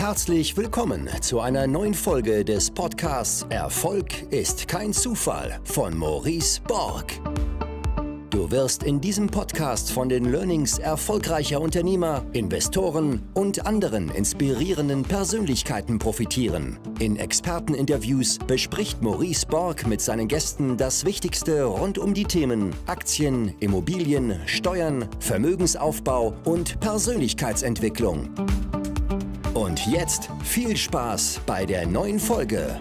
Herzlich willkommen zu einer neuen Folge des Podcasts Erfolg ist kein Zufall von Maurice Borg. Du wirst in diesem Podcast von den Learnings erfolgreicher Unternehmer, Investoren und anderen inspirierenden Persönlichkeiten profitieren. In Experteninterviews bespricht Maurice Borg mit seinen Gästen das Wichtigste rund um die Themen Aktien, Immobilien, Steuern, Vermögensaufbau und Persönlichkeitsentwicklung. Und jetzt viel Spaß bei der neuen Folge.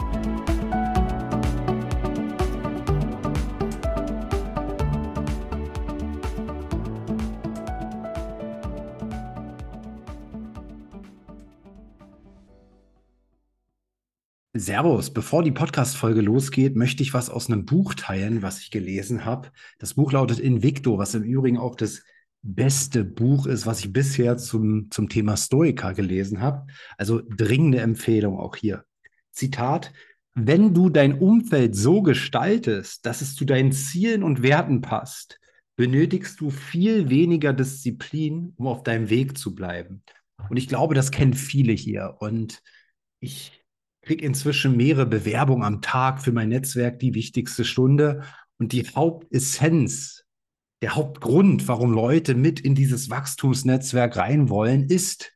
Servus, bevor die Podcast-Folge losgeht, möchte ich was aus einem Buch teilen, was ich gelesen habe. Das Buch lautet Invicto, was im Übrigen auch das beste Buch ist, was ich bisher zum Thema Stoiker gelesen habe. Also dringende Empfehlung auch hier. Zitat: Wenn du dein Umfeld so gestaltest, dass es zu deinen Zielen und Werten passt, benötigst du viel weniger Disziplin, um auf deinem Weg zu bleiben. Und ich glaube, das kennen viele hier. Und ich kriege inzwischen mehrere Bewerbungen am Tag für mein Netzwerk, die wichtigste Stunde. Und die Hauptessenz, der Hauptgrund, warum Leute mit in dieses Wachstumsnetzwerk rein wollen, ist,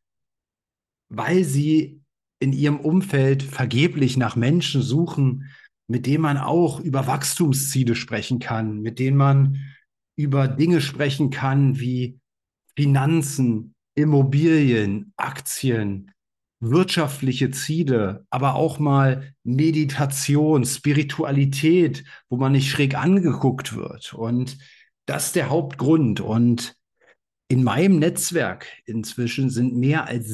weil sie in ihrem Umfeld vergeblich nach Menschen suchen, mit denen man auch über Wachstumsziele sprechen kann, mit denen man über Dinge sprechen kann wie Finanzen, Immobilien, Aktien, wirtschaftliche Ziele, aber auch mal Meditation, Spiritualität, wo man nicht schräg angeguckt wird. Und das ist der Hauptgrund. Und in meinem Netzwerk inzwischen sind mehr als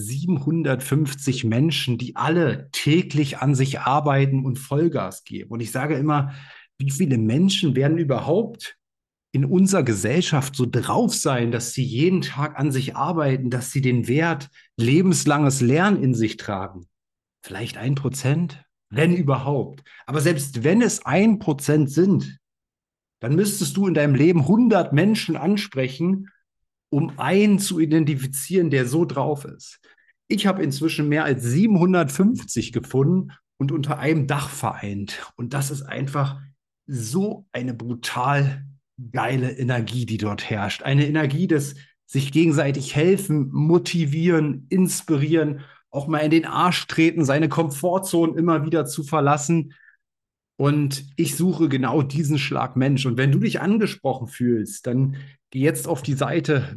750 Menschen, die alle täglich an sich arbeiten und Vollgas geben. Und ich sage immer, wie viele Menschen werden überhaupt in unserer Gesellschaft so drauf sein, dass sie jeden Tag an sich arbeiten, dass sie den Wert lebenslanges Lernen in sich tragen? Vielleicht 1%, wenn überhaupt. Aber selbst wenn es 1% sind, dann müsstest du in deinem Leben 100 Menschen ansprechen, um einen zu identifizieren, der so drauf ist. Ich habe inzwischen mehr als 750 gefunden und unter einem Dach vereint. Und das ist einfach so eine brutal geile Energie, die dort herrscht. Eine Energie des sich gegenseitig helfen, motivieren, inspirieren, auch mal in den Arsch treten, seine Komfortzone immer wieder zu verlassen. Und ich suche genau diesen Schlag Mensch. Und wenn du dich angesprochen fühlst, dann geh jetzt auf die Seite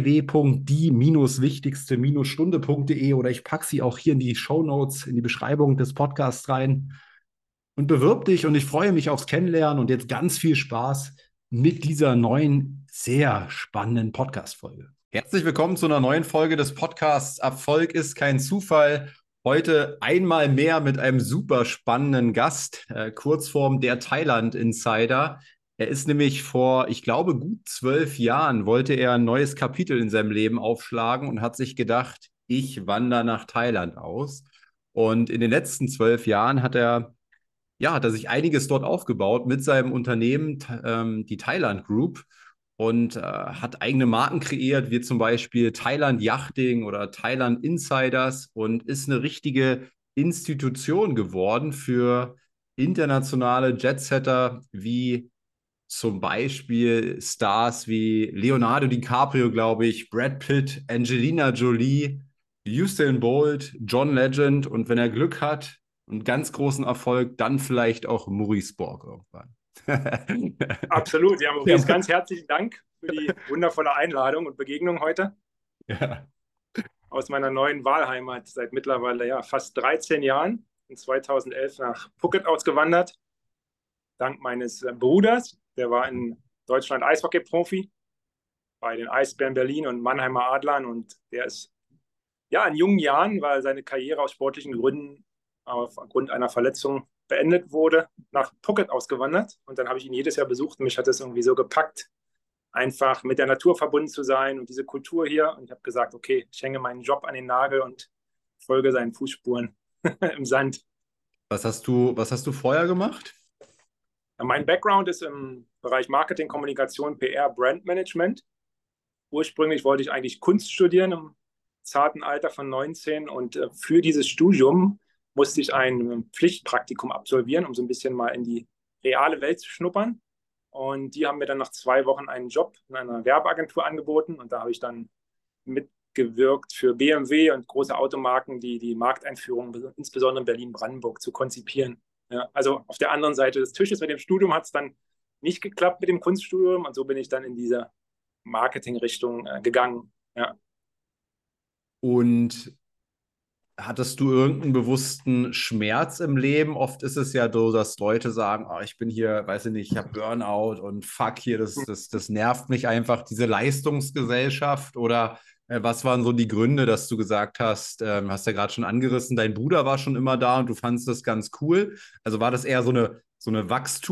www.die-wichtigste-stunde.de oder ich packe sie auch hier in die Shownotes, in die Beschreibung des Podcasts rein und bewirb dich. Und ich freue mich aufs Kennenlernen und jetzt ganz viel Spaß mit dieser neuen, sehr spannenden Podcast-Folge. Herzlich willkommen zu einer neuen Folge des Podcasts Erfolg ist kein Zufall. Heute einmal mehr mit einem super spannenden Gast, Kurzform der Thailand-Insider. Er ist nämlich vor, ich glaube, gut 12 Jahren wollte er ein neues Kapitel in seinem Leben aufschlagen und hat sich gedacht, ich wandere nach Thailand aus. Und in den letzten 12 Jahren hat er sich einiges dort aufgebaut mit seinem Unternehmen, die Thailand Group, und hat eigene Marken kreiert, wie zum Beispiel Thailand Yachting oder Thailand Insiders, und ist eine richtige Institution geworden für internationale Jetsetter wie zum Beispiel Stars wie Leonardo DiCaprio, glaube ich, Brad Pitt, Angelina Jolie, Usain Bolt, John Legend und wenn er Glück hat und ganz großen Erfolg, dann vielleicht auch Maurice Borg irgendwann. Absolut, ja, Maurice, ganz herzlichen Dank für die wundervolle Einladung und Begegnung heute. Ja. Aus meiner neuen Wahlheimat seit mittlerweile fast 13 Jahren, in 2011 nach Phuket ausgewandert, dank meines Bruders, der war in Deutschland Eishockey-Profi bei den Eisbären Berlin und Mannheimer Adlern, und der ist in jungen Jahren, weil seine Karriere aus sportlichen Gründen aufgrund einer Verletzung beendet wurde, nach Phuket ausgewandert, und dann habe ich ihn jedes Jahr besucht und mich hat das irgendwie so gepackt, einfach mit der Natur verbunden zu sein und diese Kultur hier, und ich habe gesagt, okay, ich hänge meinen Job an den Nagel und folge seinen Fußspuren im Sand. Was hast du vorher gemacht? Mein Background ist im Bereich Marketing, Kommunikation, PR, Brandmanagement. Ursprünglich wollte ich eigentlich Kunst studieren im zarten Alter von 19 und für dieses Studium musste ich ein Pflichtpraktikum absolvieren, um so ein bisschen mal in die reale Welt zu schnuppern. Und die haben mir dann nach 2 Wochen einen Job in einer Werbeagentur angeboten und da habe ich dann mitgewirkt für BMW und große Automarken, die Markteinführung, insbesondere in Berlin-Brandenburg, zu konzipieren. Ja, also auf der anderen Seite des Tisches mit dem Studium hat es dann nicht geklappt mit dem Kunststudium und so bin ich dann in diese Marketing-Richtung gegangen. Ja. Und hattest du irgendeinen bewussten Schmerz im Leben? Oft ist es ja so, dass Leute sagen, oh, ich bin hier, weiß ich nicht, ich habe Burnout und fuck hier, das nervt mich einfach, diese Leistungsgesellschaft. Oder was waren so die Gründe, dass du gesagt hast, hast ja gerade schon angerissen, dein Bruder war schon immer da und du fandest das ganz cool. Also war das eher so eine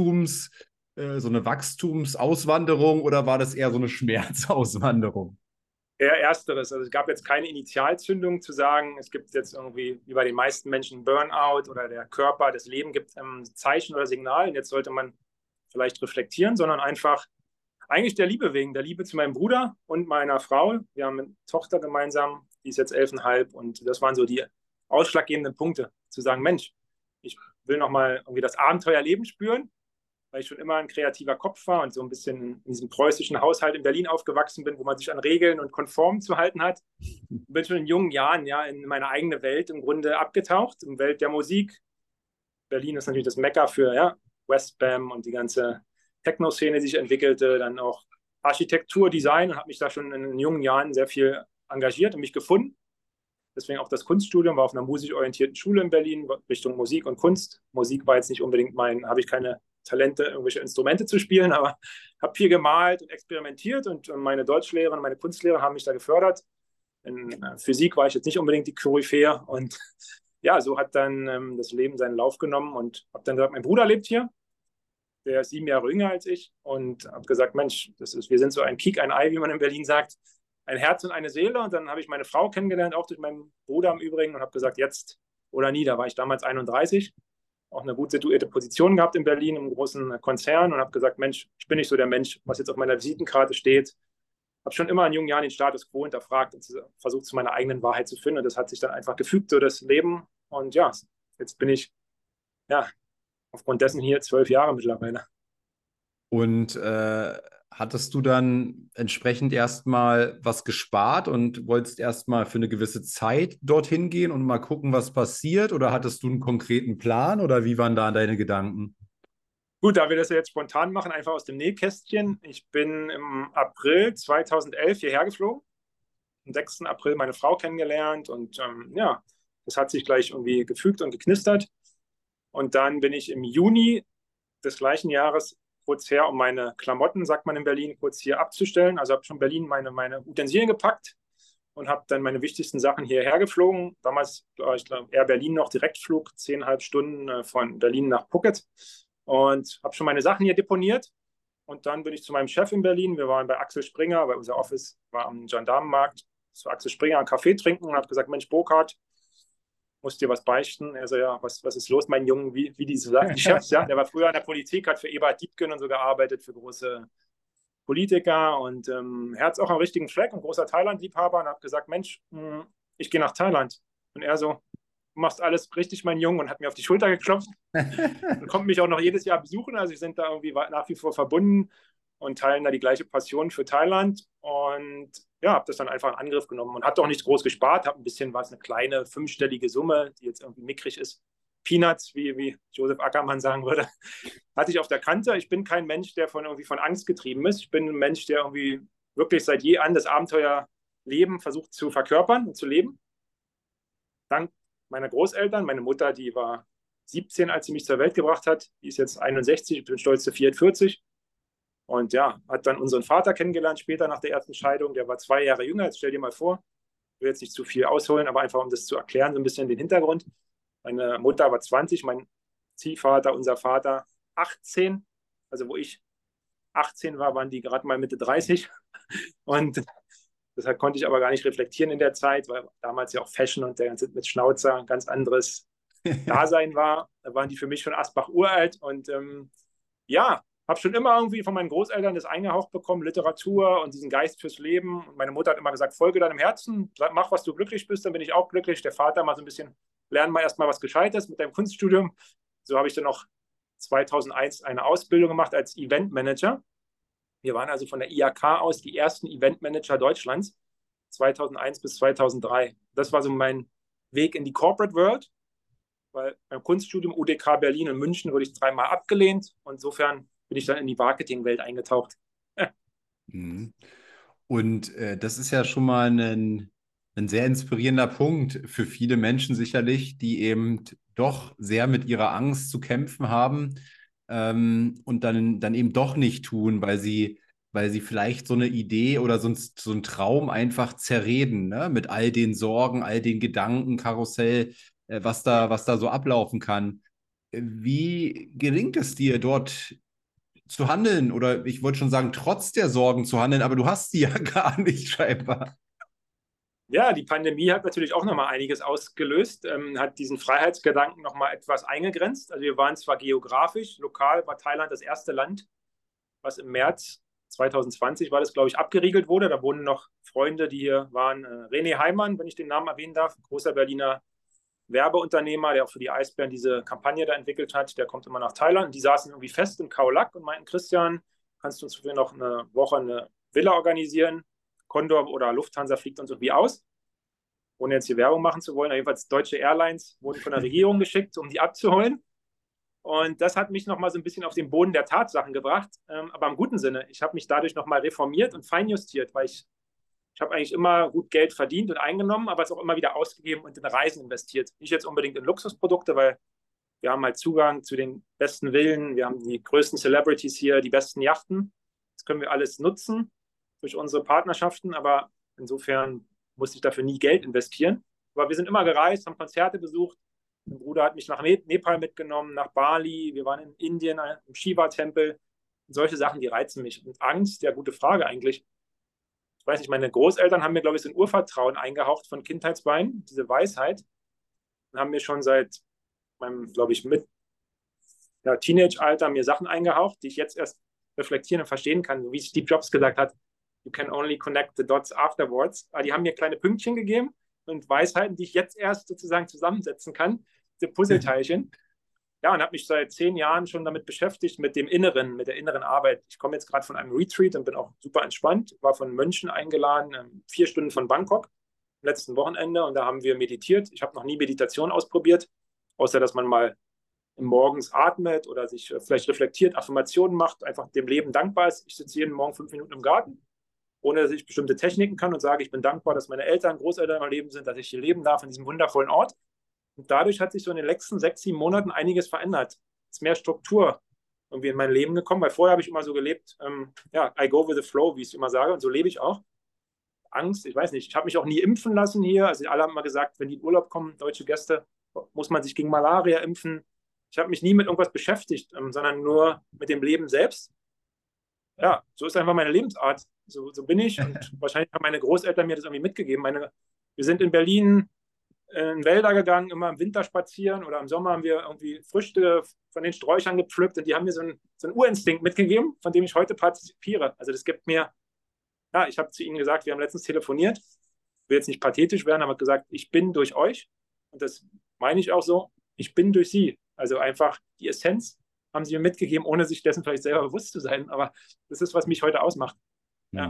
Wachstumsauswanderung oder war das eher so eine Schmerzauswanderung? Eher Ersteres. Also es gab jetzt keine Initialzündung zu sagen, es gibt jetzt irgendwie wie bei den meisten Menschen Burnout oder der Körper, das Leben gibt Zeichen oder Signale. Jetzt sollte man vielleicht reflektieren, sondern einfach eigentlich der Liebe wegen, der Liebe zu meinem Bruder und meiner Frau. Wir haben eine Tochter gemeinsam, die ist jetzt 11,5 und das waren so die ausschlaggebenden Punkte, zu sagen, Mensch, ich will nochmal irgendwie das Abenteuerleben spüren, weil ich schon immer ein kreativer Kopf war und so ein bisschen in diesem preußischen Haushalt in Berlin aufgewachsen bin, wo man sich an Regeln und Konformen zu halten hat. Bin schon in jungen Jahren ja in meine eigene Welt im Grunde abgetaucht, in Welt der Musik. Berlin ist natürlich das Mekka für ja, Westbam und die ganze Techno-Szene, die sich entwickelte, dann auch Architektur, Design und habe mich da schon in jungen Jahren sehr viel engagiert und mich gefunden. Deswegen auch das Kunststudium, war auf einer musisch orientierten Schule in Berlin, Richtung Musik und Kunst. Musik war jetzt nicht unbedingt habe ich keine Talente, irgendwelche Instrumente zu spielen, aber habe viel gemalt und experimentiert und meine Deutschlehrerin, meine Kunstlehrer haben mich da gefördert. In Physik war ich jetzt nicht unbedingt die Koryphäe und ja, so hat dann das Leben seinen Lauf genommen und habe dann gesagt, mein Bruder lebt hier, der ist 7 Jahre jünger als ich und habe gesagt, Mensch, wir sind so ein Peak, ein Ei, wie man in Berlin sagt, ein Herz und eine Seele und dann habe ich meine Frau kennengelernt, auch durch meinen Bruder im Übrigen und habe gesagt, jetzt oder nie, da war ich damals 31, auch eine gut situierte Position gehabt in Berlin im großen Konzern und habe gesagt, Mensch, ich bin nicht so der Mensch, was jetzt auf meiner Visitenkarte steht. Habe schon immer in jungen Jahren den Status quo hinterfragt und versucht, zu meiner eigenen Wahrheit zu finden. Und das hat sich dann einfach gefügt, so das Leben. Und ja, jetzt bin ich ja aufgrund dessen hier 12 Jahre mittlerweile. Und hattest du dann entsprechend erstmal was gespart und wolltest erstmal für eine gewisse Zeit dorthin gehen und mal gucken, was passiert? Oder hattest du einen konkreten Plan oder wie waren da deine Gedanken? Gut, da wir das ja jetzt spontan machen, einfach aus dem Nähkästchen. Ich bin im April 2011 hierher geflogen. Am 6. April meine Frau kennengelernt und ja, das hat sich gleich irgendwie gefügt und geknistert. Und dann bin ich im Juni des gleichen Jahres kurz her, um meine Klamotten, sagt man in Berlin, kurz hier abzustellen. Also habe schon in Berlin meine Utensilien gepackt und habe dann meine wichtigsten Sachen hierher geflogen. Damals, ich glaube, Air Berlin noch Direktflug, 10,5 Stunden von Berlin nach Phuket. Und habe schon meine Sachen hier deponiert. Und dann bin ich zu meinem Chef in Berlin. Wir waren bei Axel Springer, weil unser Office war am Gendarmenmarkt. Zu Axel Springer einen Kaffee trinken und habe gesagt, Mensch, Burkhard, muss dir was beichten. Er so, ja, was ist los, mein Junge, wie die Chefs, ja. Der war früher in der Politik, hat für Eberhard Diepgen und so gearbeitet, für große Politiker und er hat auch einen richtigen Fleck, ein großer Thailand-Liebhaber und hat gesagt, Mensch, ich gehe nach Thailand. Und er so, du machst alles richtig, mein Junge, und hat mir auf die Schulter geklopft und kommt mich auch noch jedes Jahr besuchen. Also wir sind da irgendwie nach wie vor verbunden und teilen da die gleiche Passion für Thailand. Und ja, habe das dann einfach in Angriff genommen und habe doch nicht groß gespart, habe ein bisschen was, eine kleine fünfstellige Summe, die jetzt irgendwie mickrig ist. Peanuts, wie Josef Ackermann sagen würde, hatte ich auf der Kante. Ich bin kein Mensch, der von Angst getrieben ist. Ich bin ein Mensch, der irgendwie wirklich seit je an das Abenteuerleben versucht zu verkörpern und zu leben. Dank meiner Großeltern, meine Mutter, die war 17, als sie mich zur Welt gebracht hat. Die ist jetzt 61, ich bin stolz zu 44. Und ja, hat dann unseren Vater kennengelernt später nach der ersten Scheidung. Der war 2 Jahre jünger. Jetzt stell dir mal vor, ich will jetzt nicht zu viel ausholen, aber einfach, um das zu erklären, so ein bisschen den Hintergrund. Meine Mutter war 20, mein Ziehvater, unser Vater 18. Also wo ich 18 war, waren die gerade mal Mitte 30. Und deshalb konnte ich aber gar nicht reflektieren in der Zeit, weil damals ja auch Fashion und der ganze mit Schnauzer ein ganz anderes Dasein war. Da waren die für mich schon Asbach uralt. Und ja, habe schon immer irgendwie von meinen Großeltern das eingehaucht bekommen, Literatur und diesen Geist fürs Leben. Und meine Mutter hat immer gesagt, folge deinem Herzen, mach, was du glücklich bist, dann bin ich auch glücklich. Der Vater mal so ein bisschen, lern mal erstmal was Gescheites mit deinem Kunststudium. So habe ich dann noch 2001 eine Ausbildung gemacht als Eventmanager. Wir waren also von der IHK aus die ersten Eventmanager Deutschlands, 2001 bis 2003. Das war so mein Weg in die Corporate World, weil beim Kunststudium UDK Berlin und München wurde ich 3-mal abgelehnt. Und insofern bin ich dann in die Marketingwelt eingetaucht. Mhm. Und das ist ja schon mal ein sehr inspirierender Punkt für viele Menschen sicherlich, die eben doch sehr mit ihrer Angst zu kämpfen haben, und dann eben doch nicht tun, weil sie vielleicht so eine Idee oder so einen Traum einfach zerreden, ne? Mit all den Sorgen, all den Gedankenkarussell, was da so ablaufen kann. Wie gelingt es dir dort zu handeln? Oder ich wollte schon sagen, trotz der Sorgen zu handeln, aber du hast sie ja gar nicht scheinbar. Ja, die Pandemie hat natürlich auch nochmal einiges ausgelöst, hat diesen Freiheitsgedanken nochmal etwas eingegrenzt. Also wir waren zwar geografisch, lokal war Thailand das erste Land, was im März 2020 war das, glaube ich, abgeriegelt wurde. Da wohnen noch Freunde, die hier waren. René Heimann, wenn ich den Namen erwähnen darf, großer Berliner Werbeunternehmer, der auch für die Eisbären diese Kampagne da entwickelt hat. Der kommt immer nach Thailand. Und die saßen irgendwie fest in Khao Lak und meinten, Christian, kannst du uns für noch eine Woche eine Villa organisieren? Condor oder Lufthansa fliegt uns irgendwie aus, ohne jetzt hier Werbung machen zu wollen. Jedenfalls Deutsche Airlines wurden von der Regierung geschickt, um die abzuholen. Und das hat mich nochmal so ein bisschen auf den Boden der Tatsachen gebracht, aber im guten Sinne. Ich habe mich dadurch nochmal reformiert und feinjustiert, weil ich habe eigentlich immer gut Geld verdient und eingenommen, aber es auch immer wieder ausgegeben und in Reisen investiert. Nicht jetzt unbedingt in Luxusprodukte, weil wir haben halt Zugang zu den besten Villen, wir haben die größten Celebrities hier, die besten Yachten. Das können wir alles nutzen durch unsere Partnerschaften, aber insofern musste ich dafür nie Geld investieren. Aber wir sind immer gereist, haben Konzerte besucht. Mein Bruder hat mich nach Nepal mitgenommen, nach Bali. Wir waren in Indien im Shiva-Tempel. Solche Sachen, die reizen mich. Und Angst, ja, gute Frage eigentlich. Ich weiß nicht, meine Großeltern haben mir, glaube ich, so ein Urvertrauen eingehaucht von Kindheitsbeinen, diese Weisheit. Und haben mir schon seit meinem, glaube ich, Teenage-Alter mir Sachen eingehaucht, die ich jetzt erst reflektieren und verstehen kann. Wie Steve Jobs gesagt hat, you can only connect the dots afterwards. Aber die haben mir kleine Pünktchen gegeben und Weisheiten, die ich jetzt erst sozusagen zusammensetzen kann, diese Puzzleteilchen. Ja, und habe mich seit 10 Jahren schon damit beschäftigt, mit der inneren Arbeit. Ich komme jetzt gerade von einem Retreat und bin auch super entspannt. War von Mönchen eingeladen, 4 Stunden von Bangkok, am letzten Wochenende. Und da haben wir meditiert. Ich habe noch nie Meditation ausprobiert, außer dass man mal morgens atmet oder sich vielleicht reflektiert, Affirmationen macht, einfach dem Leben dankbar ist. Ich sitze jeden Morgen 5 Minuten im Garten, ohne dass ich bestimmte Techniken kann und sage, ich bin dankbar, dass meine Eltern, Großeltern am Leben sind, dass ich hier leben darf in diesem wundervollen Ort. Und dadurch hat sich so in den letzten 6, 7 Monaten einiges verändert. Es ist mehr Struktur irgendwie in mein Leben gekommen, weil vorher habe ich immer so gelebt, I go with the flow, wie ich es immer sage, und so lebe ich auch. Angst, ich weiß nicht, ich habe mich auch nie impfen lassen hier. Also alle haben immer gesagt, wenn die in Urlaub kommen, deutsche Gäste, muss man sich gegen Malaria impfen. Ich habe mich nie mit irgendwas beschäftigt, sondern nur mit dem Leben selbst. Ja, so ist einfach meine Lebensart. So bin ich und wahrscheinlich haben meine Großeltern mir das irgendwie mitgegeben. Wir sind in Berlin in Wälder gegangen, immer im Winter spazieren oder im Sommer haben wir irgendwie Früchte von den Sträuchern gepflückt und die haben mir so einen Urinstinkt mitgegeben, von dem ich heute partizipiere. Also das gibt mir, ja, ich habe zu ihnen gesagt, wir haben letztens telefoniert, ich will jetzt nicht pathetisch werden, aber gesagt, ich bin durch euch und das meine ich auch so, ich bin durch sie. Also einfach die Essenz haben sie mir mitgegeben, ohne sich dessen vielleicht selber bewusst zu sein, aber das ist, was mich heute ausmacht. Ja.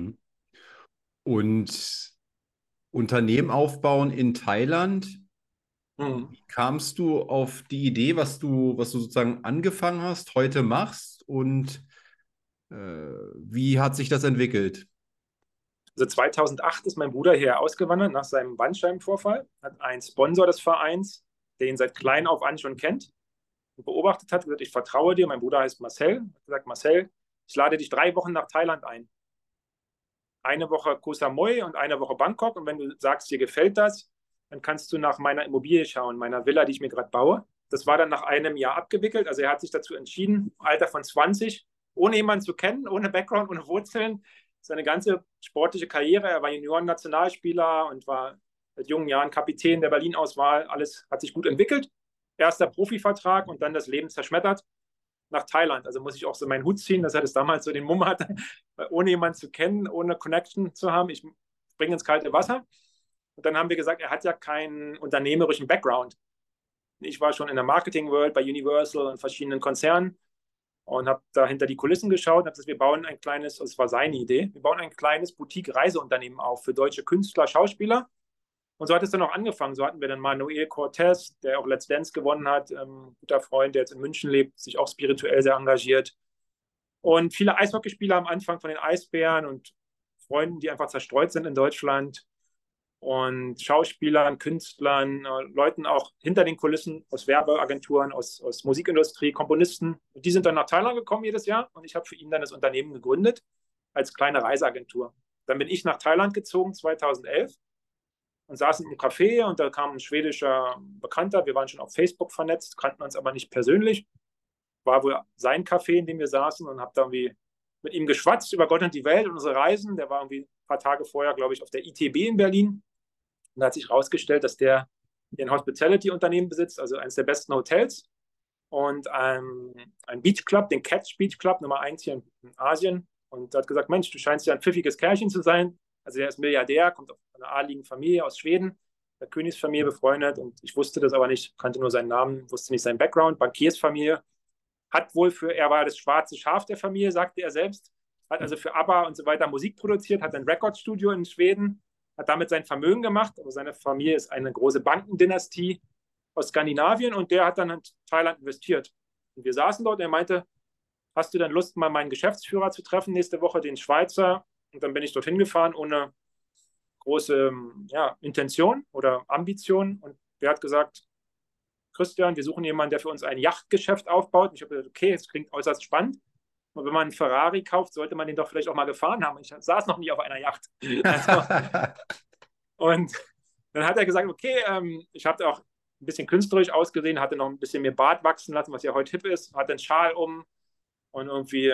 Und Unternehmen aufbauen in Thailand. Wie kamst du auf die Idee, was du sozusagen angefangen hast, heute machst und wie hat sich das entwickelt? Also 2008 ist mein Bruder hier ausgewandert nach seinem Bandscheibenvorfall, hat einen Sponsor des Vereins, der ihn seit klein auf an schon kennt und beobachtet hat, gesagt, ich vertraue dir. Mein Bruder heißt Marcel, hat gesagt, Marcel, ich lade dich 3 Wochen nach Thailand ein. Eine Woche Koh Samui und eine Woche Bangkok. Und wenn du sagst, dir gefällt das, dann kannst du nach meiner Immobilie schauen, meiner Villa, die ich mir gerade baue. Das war dann nach einem Jahr abgewickelt. Also er hat sich dazu entschieden, im Alter von 20, ohne jemanden zu kennen, ohne Background, ohne Wurzeln, seine ganze sportliche Karriere. Er war Junioren-Nationalspieler und war seit jungen Jahren Kapitän der Berlin-Auswahl. Alles hat sich gut entwickelt. Erster Profivertrag und dann das Leben zerschmettert. nach Thailand. Also muss ich auch so meinen Hut ziehen, dass er das damals so den Mumm hatte, ohne jemanden zu kennen, ohne Connection zu haben. Ich springe ins kalte Wasser. Und dann haben wir gesagt, er hat ja keinen unternehmerischen Background. Ich war schon in der Marketing-World bei Universal und verschiedenen Konzernen und habe da hinter die Kulissen geschaut und habe gesagt, wir bauen ein kleines, das war seine Idee, wir bauen ein kleines Boutique-Reiseunternehmen auf für deutsche Künstler, Schauspieler. Und so hat es dann auch angefangen. So hatten wir dann Manuel Cortez, der auch Let's Dance gewonnen hat, guter Freund, der jetzt in München lebt, sich auch spirituell sehr engagiert. Und viele Eishockeyspieler am Anfang von den Eisbären und Freunden, die einfach zerstreut sind in Deutschland. Und Schauspielern, Künstlern, Leuten auch hinter den Kulissen aus Werbeagenturen, aus Musikindustrie, Komponisten. Und die sind dann nach Thailand gekommen jedes Jahr und ich habe für ihn dann das Unternehmen gegründet als kleine Reiseagentur. Dann bin ich nach Thailand gezogen 2011 und saßen im Café und da kam ein schwedischer Bekannter. Wir waren schon auf Facebook vernetzt, kannten uns aber nicht persönlich. War wohl sein Café, in dem wir saßen und habe da irgendwie mit ihm geschwatzt über Gott und die Welt und unsere Reisen. Der war irgendwie ein paar Tage vorher, glaube ich, auf der ITB in Berlin. Und da hat sich herausgestellt, dass der ein Hospitality-Unternehmen besitzt, also eines der besten Hotels und ein Beach Club, den Catch Beach Club, Nummer 1 hier in Asien. Und er hat gesagt, Mensch, du scheinst ja ein pfiffiges Kerlchen zu sein. Also der ist Milliardär, kommt aus einer adligen Familie aus Schweden, der Königsfamilie befreundet. Und ich wusste das aber nicht, kannte nur seinen Namen, wusste nicht seinen Background, Bankiersfamilie. Hat wohl er war das schwarze Schaf der Familie, sagte er selbst. Hat also für ABBA und so weiter Musik produziert, hat ein Recordstudio in Schweden, hat damit sein Vermögen gemacht. Aber seine Familie ist eine große Bankendynastie aus Skandinavien und der hat dann in Thailand investiert. Und wir saßen dort und er meinte, hast du denn Lust, mal meinen Geschäftsführer zu treffen nächste Woche, den Schweizer? Und dann bin ich dorthin gefahren ohne große Intention oder Ambition. Und der hat gesagt, Christian, wir suchen jemanden, der für uns ein Yachtgeschäft aufbaut. Und ich habe gesagt, okay, das klingt äußerst spannend. Und wenn man einen Ferrari kauft, sollte man den doch vielleicht auch mal gefahren haben. Ich saß noch nie auf einer Yacht. Also, und dann hat er gesagt, okay, ich habe auch ein bisschen künstlerisch ausgesehen, hatte noch ein bisschen mehr Bart wachsen lassen, was ja heute hip ist, hatte einen Schal um und irgendwie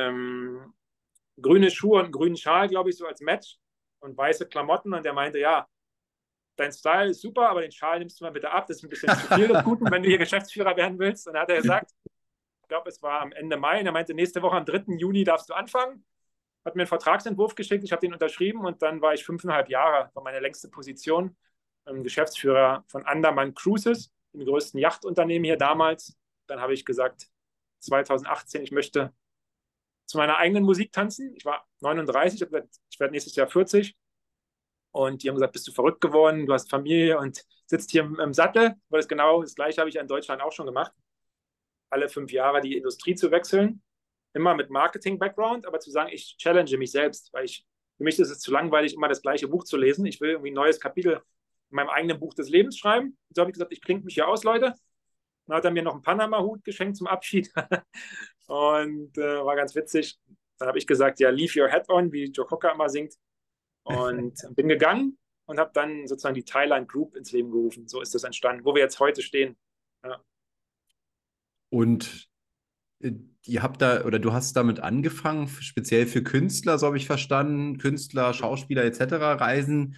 grüne Schuhe und einen grünen Schal, glaube ich, so als Match und weiße Klamotten. Und der meinte, ja, dein Style ist super, aber den Schal nimmst du mal bitte ab. Das ist ein bisschen zu viel des Guten, wenn du hier Geschäftsführer werden willst. Und dann hat er gesagt, ich glaube, es war am Ende Mai, und er meinte, nächste Woche am 3. Juni darfst du anfangen. Hat mir einen Vertragsentwurf geschickt, ich habe den unterschrieben und dann war ich 5,5 Jahre, war meine längste Position, Geschäftsführer von Andaman Cruises, dem größten Yachtunternehmen hier damals. Dann habe ich gesagt, 2018, ich möchte zu meiner eigenen Musik tanzen. Ich war 39, ich werde nächstes Jahr 40. Und die haben gesagt, bist du verrückt geworden, du hast Familie und sitzt hier im Sattel. Weil das genau das Gleiche habe ich in Deutschland auch schon gemacht. Alle 5 Jahre die Industrie zu wechseln. Immer mit Marketing-Background, aber zu sagen, ich challenge mich selbst. Weil für mich ist es zu langweilig, immer das gleiche Buch zu lesen. Ich will irgendwie ein neues Kapitel in meinem eigenen Buch des Lebens schreiben. Und so habe ich gesagt, ich klinge mich hier aus, Leute. Dann hat er mir noch einen Panama-Hut geschenkt zum Abschied. Und war ganz witzig. Dann habe ich gesagt, ja, leave your hat on, wie Joe Cocker immer singt. Und bin gegangen und habe dann sozusagen die Thailand Group ins Leben gerufen. So ist das entstanden, wo wir jetzt heute stehen. Ja. Und ihr habt da, oder du hast damit angefangen, speziell für Künstler, so habe ich verstanden, Künstler, Schauspieler etc., Reisen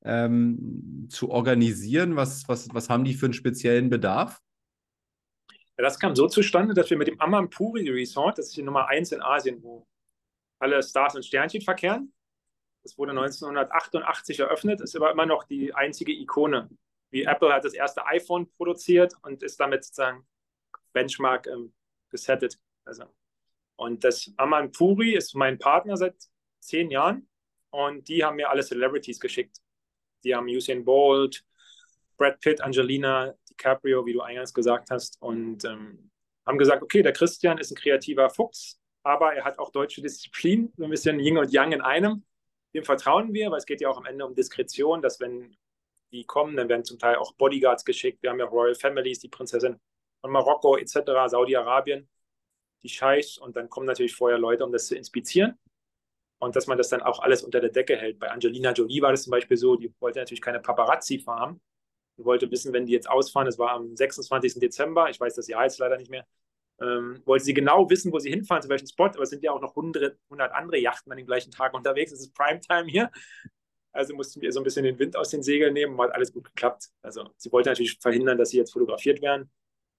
zu organisieren. Was haben die für einen speziellen Bedarf? Ja, das kam so zustande, dass wir mit dem Ammanpuri Resort, das ist die Nummer 1 in Asien, wo alle Stars und Sternchen verkehren. Das wurde 1988 eröffnet, ist aber immer noch die einzige Ikone. Wie Apple hat das erste iPhone produziert und ist damit sozusagen Benchmark gesettet. Also. Und das Ammanpuri ist mein Partner seit 10 Jahren und die haben mir alle Celebrities geschickt. Die haben Usain Bolt, Brad Pitt, Angelina DiCaprio, wie du eingangs gesagt hast, und haben gesagt, okay, der Christian ist ein kreativer Fuchs, aber er hat auch deutsche Disziplin, so ein bisschen Yin und Yang in einem. Dem vertrauen wir, weil es geht ja auch am Ende um Diskretion, dass wenn die kommen, dann werden zum Teil auch Bodyguards geschickt. Wir haben ja Royal Families, die Prinzessin von Marokko etc., Saudi-Arabien, die Scheichs, und dann kommen natürlich vorher Leute, um das zu inspizieren. Und dass man das dann auch alles unter der Decke hält. Bei Angelina Jolie war das zum Beispiel so, die wollte natürlich keine Paparazzi fahren. Die wollte wissen, wenn die jetzt ausfahren, das war am 26. Dezember, ich weiß das Jahr jetzt leider nicht mehr, wollte sie genau wissen, wo sie hinfahren, zu welchem Spot, aber es sind ja auch noch 100 andere Yachten an dem gleichen Tag unterwegs, es ist Primetime hier. Also mussten wir so ein bisschen den Wind aus den Segeln nehmen, und hat alles gut geklappt. Also sie wollte natürlich verhindern, dass sie jetzt fotografiert werden.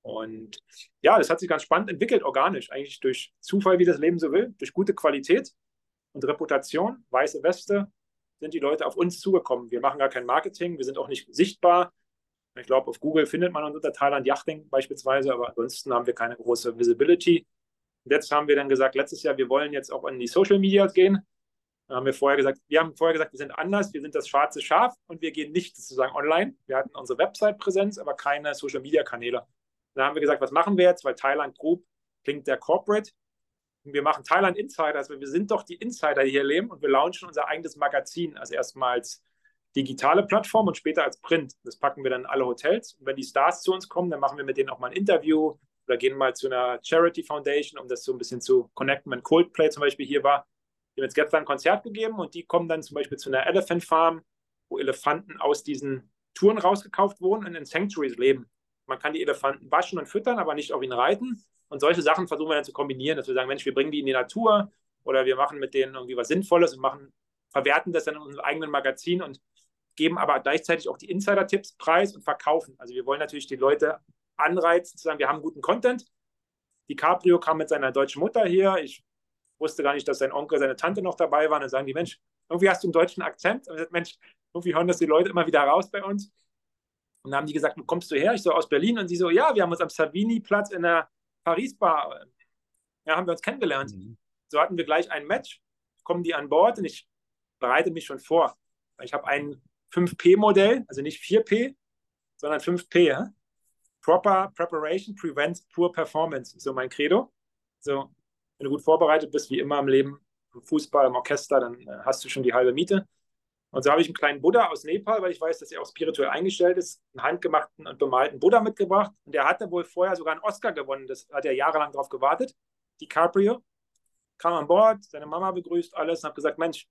Und ja, das hat sich ganz spannend entwickelt, organisch, eigentlich durch Zufall, wie das Leben so will, durch gute Qualität und Reputation, weiße Weste, sind die Leute auf uns zugekommen. Wir machen gar kein Marketing, wir sind auch nicht sichtbar. Ich glaube, auf Google findet man uns unter Thailand Yachting beispielsweise, aber ansonsten haben wir keine große Visibility. Und jetzt haben wir dann gesagt, letztes Jahr, wir wollen jetzt auch in die Social Media gehen. Da haben wir vorher gesagt, wir sind anders, wir sind das schwarze Schaf und wir gehen nicht sozusagen online. Wir hatten unsere Website-Präsenz, aber keine Social-Media-Kanäle. Da haben wir gesagt, was machen wir jetzt? Weil Thailand Group klingt der Corporate. Und wir machen Thailand Insider, also wir sind doch die Insider, die hier leben und wir launchen unser eigenes Magazin, also erstmal als digitale Plattform und später als Print. Das packen wir dann in alle Hotels. Und wenn die Stars zu uns kommen, dann machen wir mit denen auch mal ein Interview oder gehen mal zu einer Charity Foundation, um das so ein bisschen zu connecten. Wenn Coldplay zum Beispiel hier war, die haben jetzt gestern ein Konzert gegeben und die kommen dann zum Beispiel zu einer Elephant Farm, wo Elefanten aus diesen Touren rausgekauft wurden und in Sanctuaries leben. Man kann die Elefanten waschen und füttern, aber nicht auf ihnen reiten. Und solche Sachen versuchen wir dann zu kombinieren, dass wir sagen, Mensch, wir bringen die in die Natur oder wir machen mit denen irgendwie was Sinnvolles und verwerten das dann in unserem eigenen Magazin und geben aber gleichzeitig auch die Insider-Tipps preis und verkaufen. Also wir wollen natürlich die Leute anreizen, zu sagen, wir haben guten Content. DiCaprio kam mit seiner deutschen Mutter hier. Ich wusste gar nicht, dass sein Onkel, seine Tante noch dabei waren. Dann sagen die, Mensch, irgendwie hast du einen deutschen Akzent. Und ich sage, Mensch, irgendwie hören das die Leute immer wieder raus bei uns. Und dann haben die gesagt, wo kommst du her? Ich so, aus Berlin. Und sie so, ja, wir haben uns am Savini-Platz in der Paris-Bar, ja, haben wir uns kennengelernt. So hatten wir gleich ein Match. Kommen die an Bord und ich bereite mich schon vor. Ich habe ein 5P-Modell, also nicht 4P, sondern 5P. Ja? Proper Preparation prevents poor performance, so mein Credo. So, wenn du gut vorbereitet bist, wie immer im Leben, im Fußball, im Orchester, dann hast du schon die halbe Miete. Und so habe ich einen kleinen Buddha aus Nepal, weil ich weiß, dass er auch spirituell eingestellt ist, einen handgemachten und bemalten Buddha mitgebracht. Und der hatte wohl vorher sogar einen Oscar gewonnen. Das hat er jahrelang darauf gewartet. DiCaprio kam an Bord, seine Mama begrüßt alles und habe gesagt, Mensch,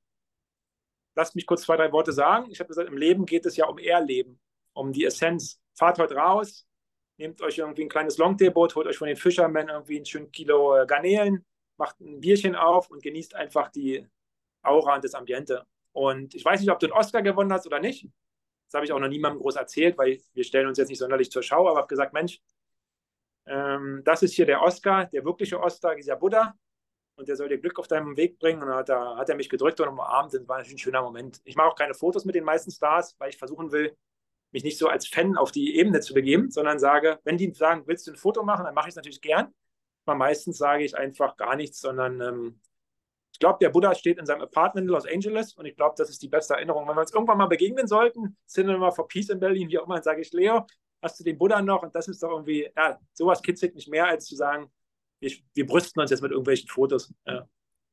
lasst mich kurz 2, 3 Worte sagen. Ich habe gesagt, im Leben geht es ja um Erleben, um die Essenz. Fahrt heute raus, nehmt euch irgendwie ein kleines Longtailboot, holt euch von den Fishermen irgendwie ein schönes Kilo Garnelen, macht ein Bierchen auf und genießt einfach die Aura und das Ambiente. Und ich weiß nicht, ob du einen Oscar gewonnen hast oder nicht. Das habe ich auch noch niemandem groß erzählt, weil wir stellen uns jetzt nicht sonderlich zur Schau, aber habe gesagt, Mensch, das ist hier der Oscar, der wirkliche Oscar, dieser Buddha. Und der soll dir Glück auf deinem Weg bringen. Und dann hat er mich gedrückt und umarmt. Das war natürlich ein schöner Moment. Ich mache auch keine Fotos mit den meisten Stars, weil ich versuchen will, mich nicht so als Fan auf die Ebene zu begeben, sondern sage, wenn die sagen, willst du ein Foto machen, dann mache ich es natürlich gern. Aber meistens sage ich einfach gar nichts, sondern ich glaube, der Buddha steht in seinem Apartment in Los Angeles und ich glaube, das ist die beste Erinnerung. Wenn wir uns irgendwann mal begegnen sollten, Cinema for Peace in Berlin, wie auch immer, dann sage ich, Leo, hast du den Buddha noch? Und das ist doch irgendwie, ja, sowas kitzelt mich mehr, als zu sagen, wir brüsten uns jetzt mit irgendwelchen Fotos. Ja.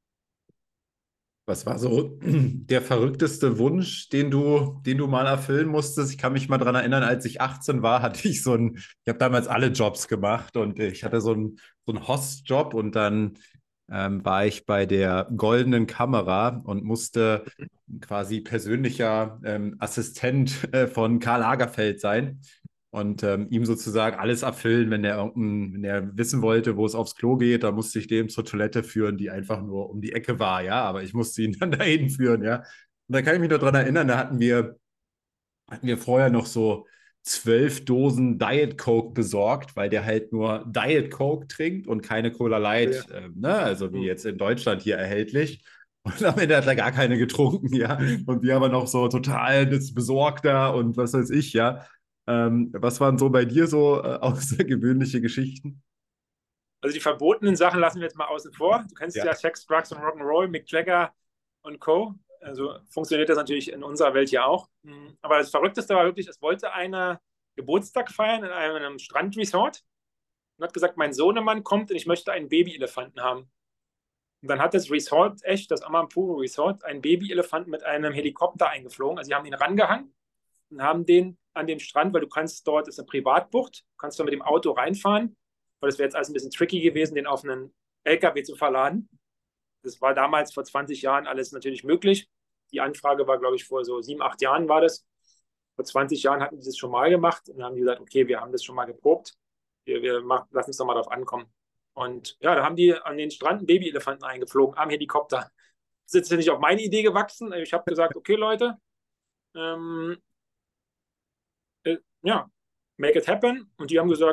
Was war so der verrückteste Wunsch, den du mal erfüllen musstest? Ich kann mich mal daran erinnern, als ich 18 war, hatte ich ich habe damals alle Jobs gemacht und ich hatte so einen Host-Job und dann war ich bei der Goldenen Kamera und musste quasi persönlicher Assistent von Karl Lagerfeld sein und ihm sozusagen alles erfüllen, wenn er wissen wollte, wo es aufs Klo geht, da musste ich dem zur Toilette führen, die einfach nur um die Ecke war, ja, aber ich musste ihn dann dahin führen, ja. Und da kann ich mich noch dran erinnern, da hatten wir vorher noch so 12 Dosen Diet Coke besorgt, weil der halt nur Diet Coke trinkt und keine Cola Light, Ja. ne? Also wie jetzt in Deutschland hier erhältlich. Und am Ende hat er gar keine getrunken, ja. Und wir aber noch so total das Besorgter und was weiß ich, ja. Was waren so bei dir so außergewöhnliche Geschichten? Also die verbotenen Sachen lassen wir jetzt mal außen vor. Du kennst ja Sex, Drugs und Rock'n'Roll, Mick Jagger und Co. Also funktioniert das natürlich in unserer Welt ja auch. Aber das Verrückteste war wirklich, es wollte einer Geburtstag feiern in einem Strandresort und hat gesagt, mein Sohnemann kommt und ich möchte einen Babyelefanten haben. Und dann hat das Resort, echt, das Amampuru Resort, einen Babyelefanten mit einem Helikopter eingeflogen. Also sie haben ihn rangehangen und haben den an dem Strand, weil du kannst dort, ist eine Privatbucht, kannst du mit dem Auto reinfahren, weil es wäre jetzt alles ein bisschen tricky gewesen, den auf einen LKW zu verladen. Das war damals vor 20 Jahren alles natürlich möglich. Die Anfrage war, glaube ich, vor so 7, 8 Jahren war das. Vor 20 Jahren hatten die das schon mal gemacht und dann haben die gesagt, okay, wir haben das schon mal geprobt. Lass uns doch mal drauf ankommen. Und ja, da haben die an den Strand einen Babyelefanten eingeflogen am Helikopter. Das ist jetzt nicht auf meine Idee gewachsen. Ich habe gesagt, okay, Leute, ja, make it happen. Und die haben gesagt,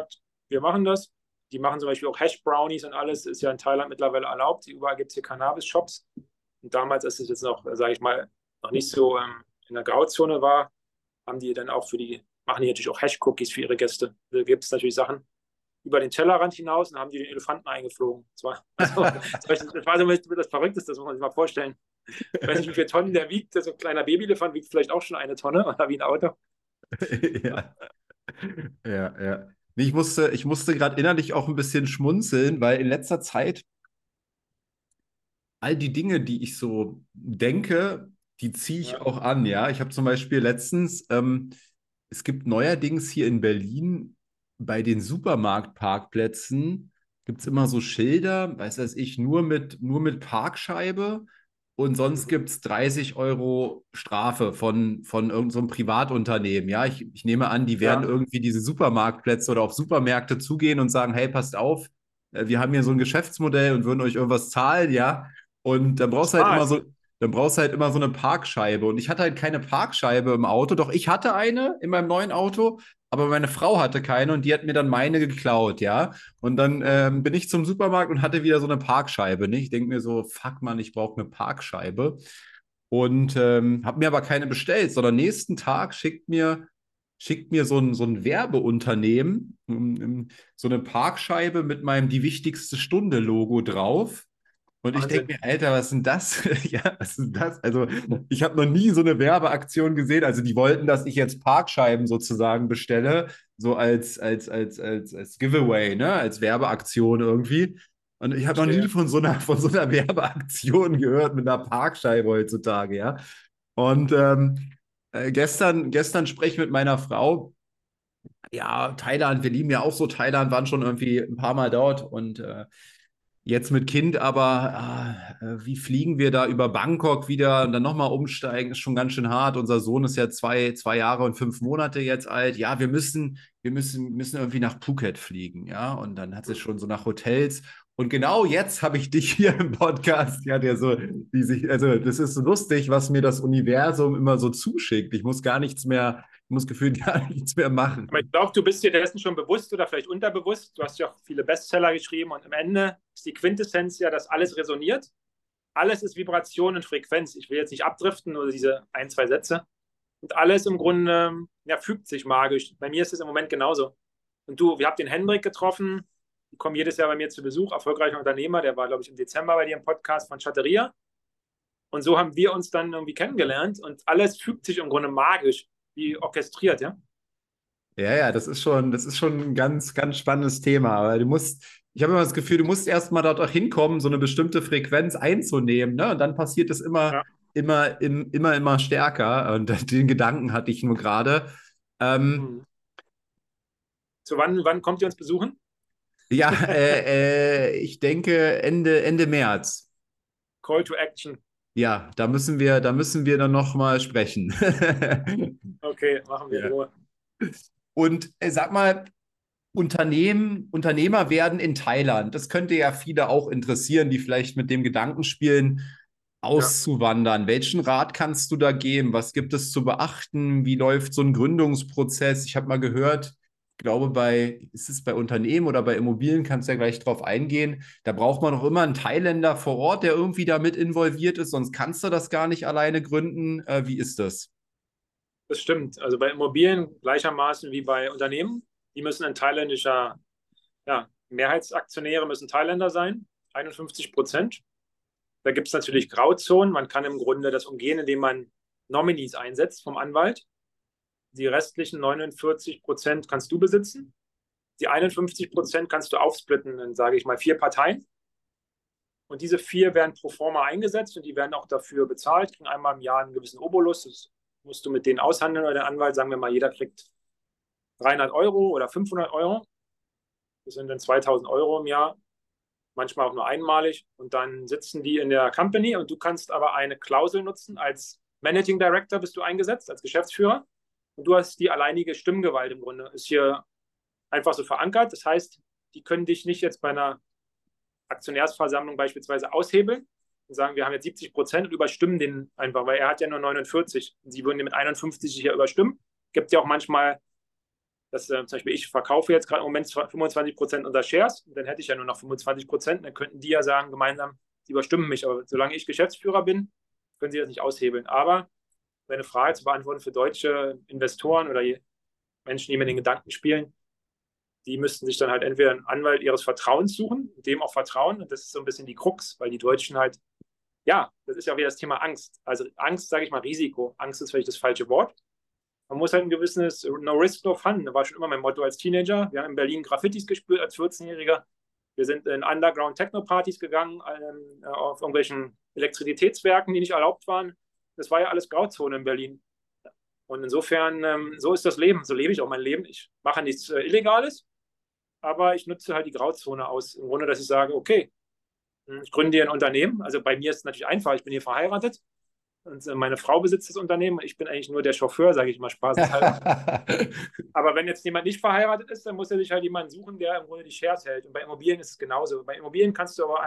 wir machen das. Die machen zum Beispiel auch Hash-Brownies und alles, ist ja in Thailand mittlerweile erlaubt. Überall gibt es hier Cannabis-Shops. Und damals, als es jetzt noch, sage ich mal, noch nicht so in der Grauzone war, haben die dann auch machen die natürlich auch Hash-Cookies für ihre Gäste. Da gibt es natürlich Sachen über den Tellerrand hinaus und haben die den Elefanten eingeflogen. Das war so das Verrückteste, das muss man sich mal vorstellen. Ich weiß nicht, wie viele Tonnen der wiegt. So ein kleiner Babyelefant wiegt vielleicht auch schon 1 Tonne oder wie ein Auto. Ja, ja, ja. Nee, ich musste gerade innerlich auch ein bisschen schmunzeln, weil in letzter Zeit all die Dinge, die ich so denke, die ziehe ich Ja. auch an, ja. Ich habe zum Beispiel letztens, es gibt neuerdings hier in Berlin bei den Supermarktparkplätzen, gibt es immer so Schilder, weiß ich, nur mit Parkscheibe und sonst Mhm. gibt es 30 € Strafe von irgendeinem so einem Privatunternehmen, ja. Ich nehme an, die werden Ja. irgendwie diese Supermarktplätze oder auf Supermärkte zugehen und sagen, hey, passt auf, wir haben hier so ein Geschäftsmodell und würden euch irgendwas zahlen, ja. Und Smart. dann brauchst du halt immer so eine Parkscheibe. Und ich hatte halt keine Parkscheibe im Auto. Doch ich hatte eine in meinem neuen Auto, aber meine Frau hatte keine und die hat mir dann meine geklaut, ja. Und dann bin ich zum Supermarkt und hatte wieder so eine Parkscheibe. Ne? Ich denke mir so, fuck Mann, ich brauche eine Parkscheibe. Und habe mir aber keine bestellt, sondern nächsten Tag schickt mir so ein Werbeunternehmen so eine Parkscheibe mit meinem Die wichtigste Stunde-Logo drauf. Und ich denke Wahnsinn. mir, Alter, was ist denn das? Ja, was ist denn das? Also, ich habe noch nie so eine Werbeaktion gesehen. Also, die wollten, dass ich jetzt Parkscheiben sozusagen bestelle, so als Giveaway, ne? Als Werbeaktion irgendwie. Und ich habe noch nie Verstehe. von so einer Werbeaktion gehört mit einer Parkscheibe heutzutage, ja. Und gestern spreche ich mit meiner Frau. Ja, Thailand, wir lieben ja auch so Thailand, waren schon irgendwie ein paar Mal dort und jetzt mit Kind, aber wie fliegen wir da über Bangkok wieder und dann nochmal umsteigen, ist schon ganz schön hart. Unser Sohn ist ja 2 Jahre und 5 Monate jetzt alt. Ja, wir müssen irgendwie nach Phuket fliegen, ja. Und dann hat sie schon so nach Hotels. Und genau jetzt habe ich dich hier im Podcast, ja, also das ist so lustig, was mir das Universum immer so zuschickt. Ich muss gefühlt gar nichts mehr machen. Aber ich glaube, du bist dir dessen schon bewusst oder vielleicht unterbewusst. Du hast ja auch viele Bestseller geschrieben und am Ende ist die Quintessenz ja, dass alles resoniert. Alles ist Vibration und Frequenz. Ich will jetzt nicht abdriften, nur diese 1, 2 Sätze. Und alles im Grunde ja, fügt sich magisch. Bei mir ist es im Moment genauso. Und wir habt den Hendrik getroffen. Die kommen jedes Jahr bei mir zu Besuch. Erfolgreicher Unternehmer. Der war, glaube ich, im Dezember bei dir im Podcast von Chatteria. Und so haben wir uns dann irgendwie kennengelernt. Und alles fügt sich im Grunde magisch, wie orchestriert, ja. Ja, ja, das ist schon ein ganz, ganz spannendes Thema. Aber ich habe immer das Gefühl, du musst erst mal dort auch hinkommen, so eine bestimmte Frequenz einzunehmen, ne? Und dann passiert es immer, Ja. immer stärker. Und den Gedanken hatte ich nur gerade. Ähm, Mhm. So, wann kommt ihr uns besuchen? ja, ich denke Ende März. Call to Action. Ja, da müssen wir dann noch mal sprechen. Okay, machen wir in Ja. Ruhe. Und sag mal, Unternehmer werden in Thailand. Das könnte ja viele auch interessieren, die vielleicht mit dem Gedanken spielen, Ja. auszuwandern. Welchen Rat kannst du da geben? Was gibt es zu beachten? Wie läuft so ein Gründungsprozess? Ich habe mal gehört, ich glaube, ist es bei Unternehmen oder bei Immobilien, kannst du ja gleich drauf eingehen. Da braucht man auch immer einen Thailänder vor Ort, der irgendwie damit involviert ist, sonst kannst du das gar nicht alleine gründen. Wie ist das? Das stimmt. Also bei Immobilien gleichermaßen wie bei Unternehmen. Die müssen ein thailändischer, ja, Mehrheitsaktionäre müssen Thailänder sein, 51%. Da gibt es natürlich Grauzonen. Man kann im Grunde das umgehen, indem man Nominees einsetzt vom Anwalt. Die restlichen 49% kannst du besitzen. Die 51% kannst du aufsplitten in, sage ich mal, 4 Parteien. Und diese 4 werden pro forma eingesetzt und die werden auch dafür bezahlt, kriegen einmal im Jahr einen gewissen Obolus. Das musst du mit denen aushandeln oder der Anwalt, sagen wir mal, jeder kriegt 300 € oder 500 €. Das sind dann 2.000 € im Jahr, manchmal auch nur einmalig. Und dann sitzen die in der Company und du kannst aber eine Klausel nutzen. Als Managing Director bist du eingesetzt, als Geschäftsführer. Und du hast die alleinige Stimmgewalt im Grunde. Ist hier einfach so verankert. Das heißt, die können dich nicht jetzt bei einer Aktionärsversammlung beispielsweise aushebeln und sagen, wir haben jetzt 70% und überstimmen den einfach, weil er hat ja nur 49. Sie würden den mit 51 hier überstimmen. Gibt ja auch manchmal dass zum Beispiel ich verkaufe jetzt gerade im Moment 25% unserer Shares und dann hätte ich ja nur noch 25%. Dann könnten die ja sagen gemeinsam, sie überstimmen mich. Aber solange ich Geschäftsführer bin, können sie das nicht aushebeln. Aber deine Frage zu beantworten für deutsche Investoren oder Menschen, die mit den Gedanken spielen, die müssten sich dann halt entweder einen Anwalt ihres Vertrauens suchen, dem auch vertrauen. Und das ist so ein bisschen die Krux, weil die Deutschen halt, ja, das ist ja wieder das Thema Angst. Also Angst, sage ich mal, Risiko. Angst ist vielleicht das falsche Wort. Man muss halt ein gewisses No Risk, No Fun. Das war schon immer mein Motto als Teenager. Wir haben in Berlin Graffitis gespürt als 14-Jähriger. Wir sind in Underground-Techno-Partys gegangen, auf irgendwelchen Elektrizitätswerken, die nicht erlaubt waren. Das war ja alles Grauzone in Berlin. Und insofern, so ist das Leben. So lebe ich auch mein Leben. Ich mache nichts Illegales, aber ich nutze halt die Grauzone aus. Im Grunde, dass ich sage, okay, ich gründe hier ein Unternehmen. Also bei mir ist es natürlich einfach. Ich bin hier verheiratet. Und meine Frau besitzt das Unternehmen. Ich bin eigentlich nur der Chauffeur, sage ich mal spaßeshalber. Aber wenn jetzt jemand nicht verheiratet ist, dann muss er sich halt jemanden suchen, der im Grunde die Shares hält. Und bei Immobilien ist es genauso. Bei Immobilien kannst du aber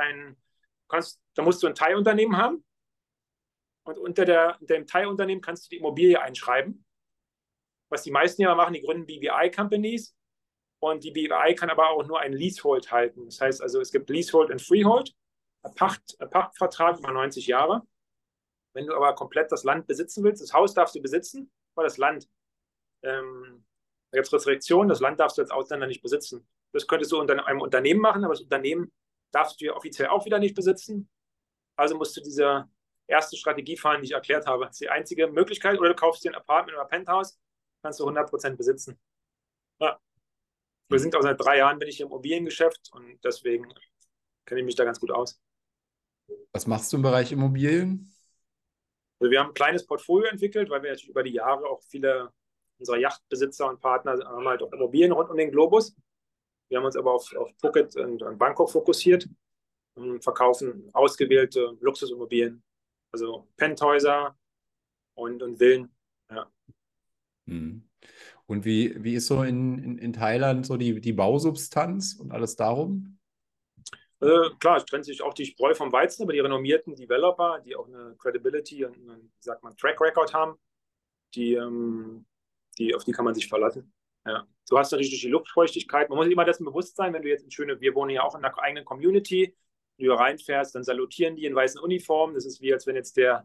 da musst du ein Teilunternehmen haben. Und unter dem Teilunternehmen kannst du die Immobilie einschreiben. Was die meisten ja machen, die gründen BVI-Companies. Und die BVI kann aber auch nur einen Leasehold halten. Das heißt also, es gibt Leasehold und Freehold. Ein Pachtvertrag über 90 Jahre. Wenn du aber komplett das Land besitzen willst, das Haus darfst du besitzen, aber das Land, da gibt es Restriktionen, das Land darfst du als Ausländer nicht besitzen. Das könntest du unter einem Unternehmen machen, aber das Unternehmen darfst du ja offiziell auch wieder nicht besitzen. Also musst du diese erste Strategie fahren, die ich erklärt habe. Das ist die einzige Möglichkeit. Oder du kaufst dir ein Apartment oder Penthouse, kannst du 100% besitzen. Ja. Wir sind auch seit 3 Jahren bin ich im Immobiliengeschäft und deswegen kenne ich mich da ganz gut aus. Was machst du im Bereich Immobilien? Also wir haben ein kleines Portfolio entwickelt, weil wir natürlich über die Jahre auch viele unserer Yachtbesitzer und Partner haben halt auch Immobilien rund um den Globus. Wir haben uns aber auf Phuket und Bangkok fokussiert und verkaufen ausgewählte Luxusimmobilien, also Penthäuser und Villen. Ja. Und wie ist so in Thailand so die Bausubstanz und alles darum? Klar, es trennt sich auch die Spreu vom Weizen, aber die renommierten Developer, die auch eine Credibility und einen, wie sagt man, Track Record haben, auf die kann man sich verlassen. Ja. Du hast natürlich durch die Luftfeuchtigkeit, man muss sich immer dessen bewusst sein, wenn du jetzt wir wohnen ja auch in einer eigenen Community, wenn du reinfährst, dann salutieren die in weißen Uniformen. Das ist wie, als wenn jetzt der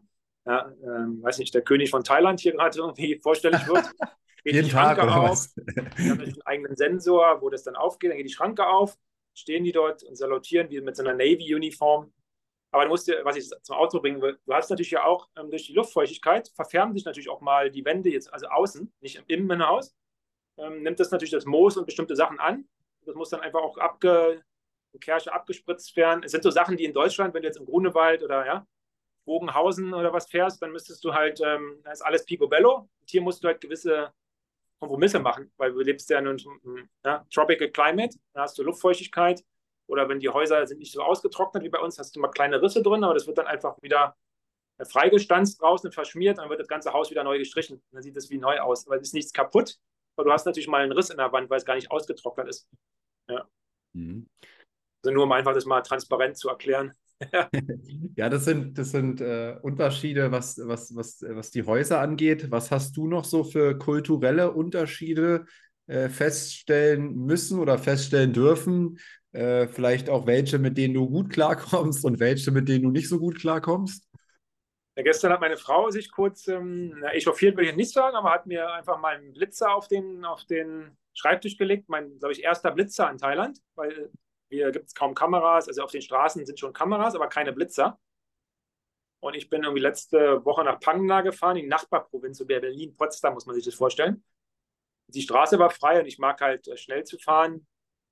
König von Thailand hier gerade irgendwie vorstellig wird. Geht Jeden die Tag Schranke oder auf. was? Wir haben einen eigenen Sensor, wo das dann aufgeht, dann geht die Schranke auf, stehen die dort und salutieren wie mit so einer Navy-Uniform. Aber du musst dir, was ich zum Ausdruck bringen will, du hast natürlich ja auch durch die Luftfeuchtigkeit, verfärben sich natürlich auch mal die Wände jetzt, also außen, nicht im Innenhaus, nimmt das natürlich das Moos und bestimmte Sachen an. Das muss dann einfach auch in Kerche abgespritzt werden. Es sind so Sachen, die in Deutschland, wenn du jetzt im Grunewald oder ja, Bogenhausen oder was fährst, dann müsstest du halt, da ist alles picobello. Und hier musst du halt gewisse Kompromisse machen, weil du lebst ja in einem Tropical Climate, da hast du Luftfeuchtigkeit oder wenn die Häuser sind nicht so ausgetrocknet wie bei uns, hast du mal kleine Risse drin, aber das wird dann einfach wieder freigestanzt draußen, verschmiert, dann wird das ganze Haus wieder neu gestrichen. Dann sieht es wie neu aus, aber es ist nichts kaputt, aber du hast natürlich mal einen Riss in der Wand, weil es gar nicht ausgetrocknet ist. Ja. Also nur um einfach das mal transparent zu erklären. Ja, das sind Unterschiede, was die Häuser angeht. Was hast du noch so für kulturelle Unterschiede feststellen müssen oder feststellen dürfen? Vielleicht auch welche, mit denen du gut klarkommst und welche, mit denen du nicht so gut klarkommst? Ja, gestern hat meine Frau sich kurz echauffiert, will ich nicht sagen, aber hat mir einfach mal einen Blitzer auf den Schreibtisch gelegt. Mein, glaube ich, erster Blitzer in Thailand, weil hier gibt es kaum Kameras, also auf den Straßen sind schon Kameras, aber keine Blitzer. Und ich bin irgendwie letzte Woche nach Phang Nga gefahren, in die Nachbarprovinz, so Berlin, Potsdam, muss man sich das vorstellen. Die Straße war frei und ich mag halt schnell zu fahren.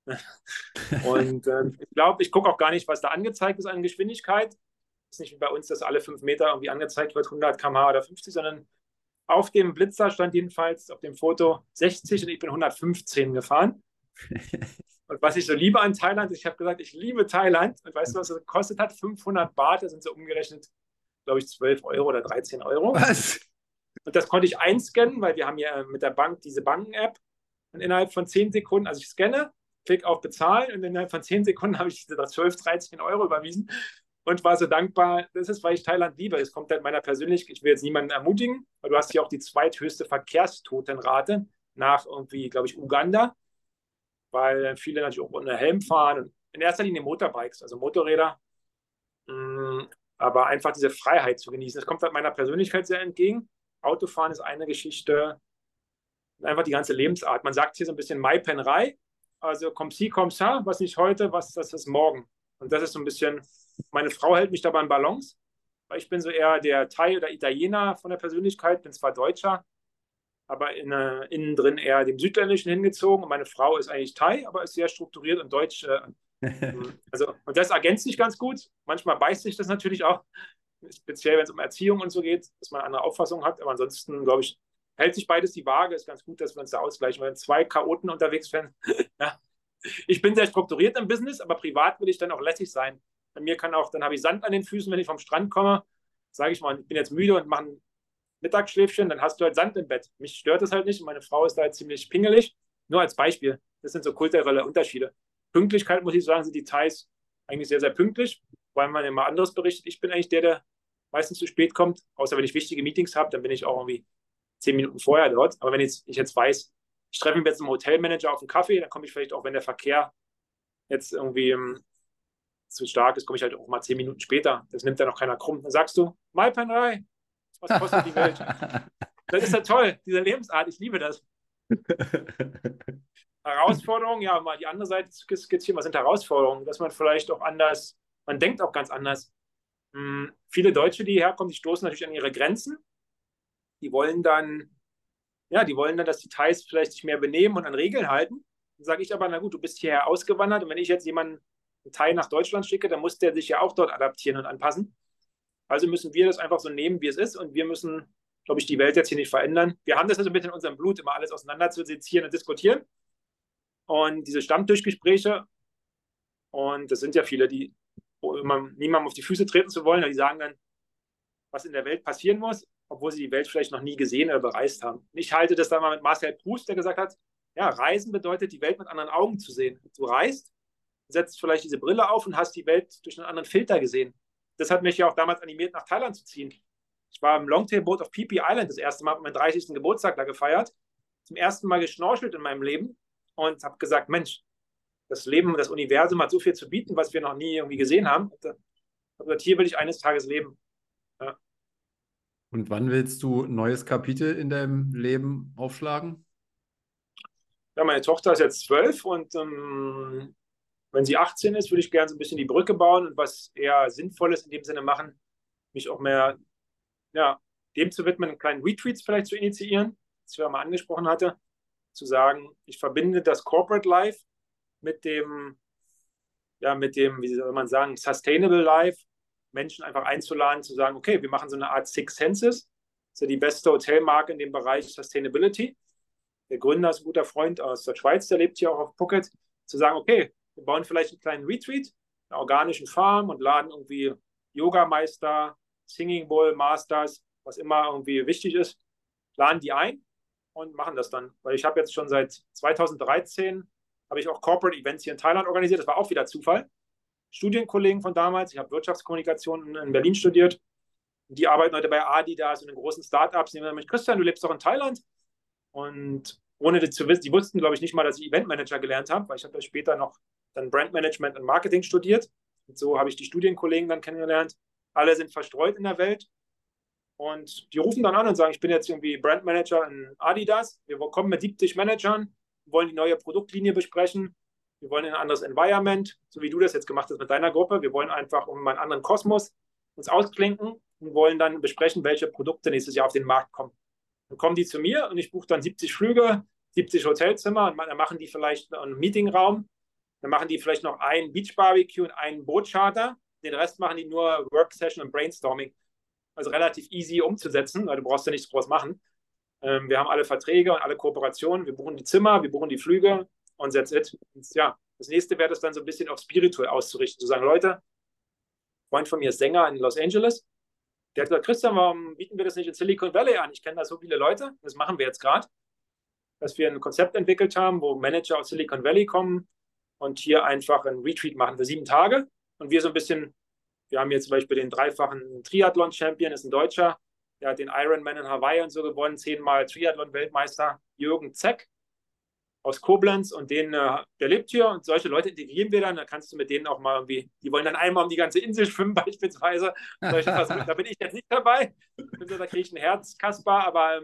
Und ich glaube, ich gucke auch gar nicht, was da angezeigt ist an Geschwindigkeit. Es ist nicht wie bei uns, dass alle 5 Meter irgendwie angezeigt wird, 100 km/h oder 50, sondern auf dem Blitzer stand jedenfalls auf dem Foto 60 und ich bin 115 gefahren. Und was ich so liebe an Thailand, ich habe gesagt, ich liebe Thailand. Und weißt du, was es gekostet hat? 500 Baht, das sind so umgerechnet, glaube ich, 12 Euro oder 13 Euro. Was? Und das konnte ich einscannen, weil wir haben ja mit der Bank diese Banken-App. Und innerhalb von 10 Sekunden, also ich scanne, klick auf Bezahlen und innerhalb von 10 Sekunden habe ich diese 12, 13 Euro überwiesen und war so dankbar. Das ist, weil ich Thailand liebe. Es kommt halt meiner Persönlichkeit, ich will jetzt niemanden ermutigen, weil du hast hier auch die zweithöchste Verkehrstotenrate nach irgendwie, glaube ich, Uganda, weil viele natürlich auch ohne Helm fahren. Und in erster Linie Motorbikes, also Motorräder. Aber einfach diese Freiheit zu genießen. Das kommt halt meiner Persönlichkeit sehr entgegen. Autofahren ist eine Geschichte, einfach die ganze Lebensart. Man sagt hier so ein bisschen Mai Pen Rai, also comme ci, comme ça, was nicht heute, was das ist morgen. Und das ist so ein bisschen, meine Frau hält mich dabei in Balance, weil ich bin so eher der Thai oder Italiener von der Persönlichkeit, bin zwar Deutscher, aber innen drin eher dem Südländischen hingezogen. Und meine Frau ist eigentlich Thai, aber ist sehr strukturiert und deutsch. Also, und das ergänzt sich ganz gut. Manchmal beißt sich das natürlich auch, speziell wenn es um Erziehung und so geht, dass man eine andere Auffassung hat. Aber ansonsten, glaube ich, hält sich beides die Waage. Ist ganz gut, dass wir uns da ausgleichen. Wenn zwei Chaoten unterwegs sind, ja. Ich bin sehr strukturiert im Business, aber privat will ich dann auch lässig sein. Bei mir kann auch, dann habe ich Sand an den Füßen, wenn ich vom Strand komme. Sage ich mal, ich bin jetzt müde und mache ein Mittagsschläfchen, dann hast du halt Sand im Bett. Mich stört das halt nicht und meine Frau ist da halt ziemlich pingelig. Nur als Beispiel. Das sind so kulturelle Unterschiede. Pünktlichkeit, muss ich sagen, sind die Thais eigentlich sehr, sehr pünktlich, weil man immer anderes berichtet. Ich bin eigentlich der meistens zu spät kommt, außer wenn ich wichtige Meetings habe, dann bin ich auch irgendwie 10 Minuten vorher dort. Aber wenn ich jetzt weiß, ich treffe mich jetzt mit einem Hotelmanager auf einen Kaffee, dann komme ich vielleicht auch, wenn der Verkehr jetzt irgendwie zu stark ist, komme ich halt auch mal 10 Minuten später. Das nimmt ja noch keiner krumm. Dann sagst du, Mai Pen Rai, was kostet die Welt? Das ist ja toll, diese Lebensart, ich liebe das. Herausforderungen, ja, mal die andere Seite skizzieren, was sind Herausforderungen? Dass man vielleicht auch anders, man denkt auch ganz anders. Viele Deutsche, die herkommen, die stoßen natürlich an ihre Grenzen. Die wollen dann, dass die Thais vielleicht sich mehr benehmen und an Regeln halten. Dann sage ich aber, na gut, du bist hierher ausgewandert und wenn ich jetzt jemanden, einen Thai nach Deutschland schicke, dann muss der sich ja auch dort adaptieren und anpassen. Also müssen wir das einfach so nehmen, wie es ist und wir müssen, glaube ich, die Welt jetzt hier nicht verändern. Wir haben das also ein bisschen in unserem Blut, immer alles auseinander zu sezieren und diskutieren. Und diese Stammtischgespräche, und das sind ja viele, die niemandem auf die Füße treten zu wollen, die sagen dann, was in der Welt passieren muss, obwohl sie die Welt vielleicht noch nie gesehen oder bereist haben. Ich halte das dann mal mit Marcel Proust, der gesagt hat, ja, Reisen bedeutet, die Welt mit anderen Augen zu sehen. Du reist, setzt vielleicht diese Brille auf und hast die Welt durch einen anderen Filter gesehen. Das hat mich ja auch damals animiert, nach Thailand zu ziehen. Ich war im Longtail-Boot auf Phi Phi Island das erste Mal, habe meinen 30. Geburtstag da gefeiert, zum ersten Mal geschnorchelt in meinem Leben und habe gesagt, Mensch, das Leben, das Universum hat so viel zu bieten, was wir noch nie irgendwie gesehen haben. Und hier will ich eines Tages leben. Ja. Und wann willst du ein neues Kapitel in deinem Leben aufschlagen? Ja, meine Tochter ist jetzt 12 und wenn sie 18 ist, würde ich gerne so ein bisschen die Brücke bauen und was eher Sinnvolles in dem Sinne machen, mich auch mehr dem zu widmen, kleinen Retreats vielleicht zu initiieren, das ich ja mal angesprochen hatte, zu sagen, ich verbinde das Corporate Life mit dem, wie soll man sagen, Sustainable Life, Menschen einfach einzuladen, zu sagen, okay, wir machen so eine Art Six Senses, das ist ja die beste Hotelmarke in dem Bereich Sustainability. Der Gründer ist ein guter Freund aus der Schweiz, der lebt hier auch auf Phuket, zu sagen, okay, wir bauen vielleicht einen kleinen Retreat, einer organischen Farm und laden irgendwie Yogameister, Singing Bowl Masters, was immer irgendwie wichtig ist, laden die ein und machen das dann. Weil ich habe jetzt schon seit 2013 habe ich auch Corporate Events hier in Thailand organisiert. Das war auch wieder Zufall. Studienkollegen von damals. Ich habe Wirtschaftskommunikation in Berlin studiert. Die arbeiten heute bei Adidas und in großen Startups. Die haben gesagt, Christian, du lebst doch in Thailand. Und ohne das zu wissen, die wussten, glaube ich, nicht mal, dass ich Eventmanager gelernt habe, weil ich habe ja später noch dann Brandmanagement und Marketing studiert. Und so habe ich die Studienkollegen dann kennengelernt. Alle sind verstreut in der Welt. Und die rufen dann an und sagen, ich bin jetzt irgendwie Brandmanager in Adidas. Wir kommen mit 70 Managern, wollen die neue Produktlinie besprechen. Wir wollen in ein anderes Environment, so wie du das jetzt gemacht hast mit deiner Gruppe. Wir wollen einfach um einen anderen Kosmos uns ausklinken und wollen dann besprechen, welche Produkte nächstes Jahr auf den Markt kommen. Dann kommen die zu mir und ich buche dann 70 Flüge, 70 Hotelzimmer und dann machen die vielleicht einen Meetingraum. Dann machen die vielleicht noch einen Beach-Barbecue und einen Bootcharter. Den Rest machen die nur Work-Session und Brainstorming. Also relativ easy umzusetzen, weil du brauchst ja nichts groß machen. Wir haben alle Verträge und alle Kooperationen. Wir buchen die Zimmer, wir buchen die Flüge und that's it. Und ja, das nächste wäre das dann so ein bisschen auf spirituell auszurichten. Zu sagen, Leute, ein Freund von mir ist Sänger in Los Angeles. Der hat gesagt, Christian, warum bieten wir das nicht in Silicon Valley an? Ich kenne da so viele Leute. Das machen wir jetzt gerade. Dass wir ein Konzept entwickelt haben, wo Manager aus Silicon Valley kommen und hier einfach ein Retreat machen für 7 Tage. Und wir so ein bisschen, wir haben hier zum Beispiel den 3-fachen Triathlon-Champion, ist ein Deutscher, Der hat den Ironman in Hawaii und so gewonnen, 10-mal Triathlon-Weltmeister, Jürgen Zeck aus Koblenz, und der lebt hier, und solche Leute integrieren wir dann kannst du mit denen auch mal irgendwie, die wollen dann einmal um die ganze Insel schwimmen beispielsweise, solche Versuche, da bin ich jetzt nicht dabei, da kriege ich ein Herz, Kaspar, aber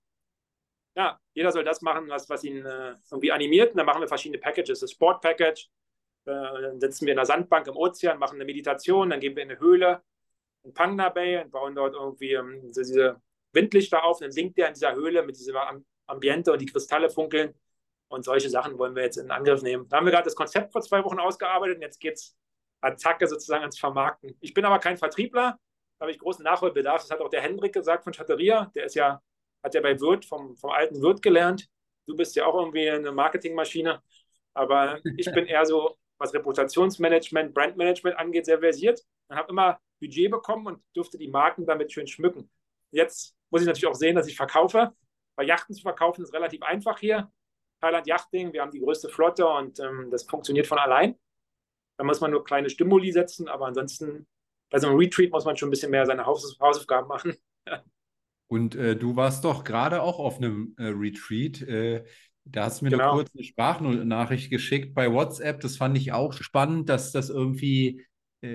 ja, jeder soll das machen, was ihn irgendwie animiert, und dann machen wir verschiedene Packages, das Sport-Package, dann sitzen wir in der Sandbank im Ozean, machen eine Meditation, dann gehen wir in eine Höhle in Pangna Bay und bauen dort irgendwie so diese Windlichter auf, und dann singt der in dieser Höhle mit diesem Ambiente und die Kristalle funkeln. Und solche Sachen wollen wir jetzt in Angriff nehmen. Da haben wir gerade das Konzept vor 2 Wochen ausgearbeitet, und jetzt geht es Attacke sozusagen ans Vermarkten. Ich bin aber kein Vertriebler, da habe ich großen Nachholbedarf. Das hat auch der Hendrik gesagt von Chatteria. Der hat ja bei Wirth vom alten Wirth gelernt. Du bist ja auch irgendwie eine Marketingmaschine. Aber ich bin eher so, was Reputationsmanagement, Brandmanagement angeht, sehr versiert. Ich habe immer Budget bekommen und durfte die Marken damit schön schmücken. Jetzt muss ich natürlich auch sehen, dass ich verkaufe. Bei Yachten zu verkaufen ist relativ einfach hier. Thailand Yachting, wir haben die größte Flotte, und das funktioniert von allein. Da muss man nur kleine Stimuli setzen, aber ansonsten bei so einem Retreat muss man schon ein bisschen mehr seine Hausaufgaben machen. Und du warst doch gerade auch auf einem Retreat. Da hast du mir nur Genau. kurz eine Sprachnachricht geschickt bei WhatsApp. Das fand ich auch spannend, dass das irgendwie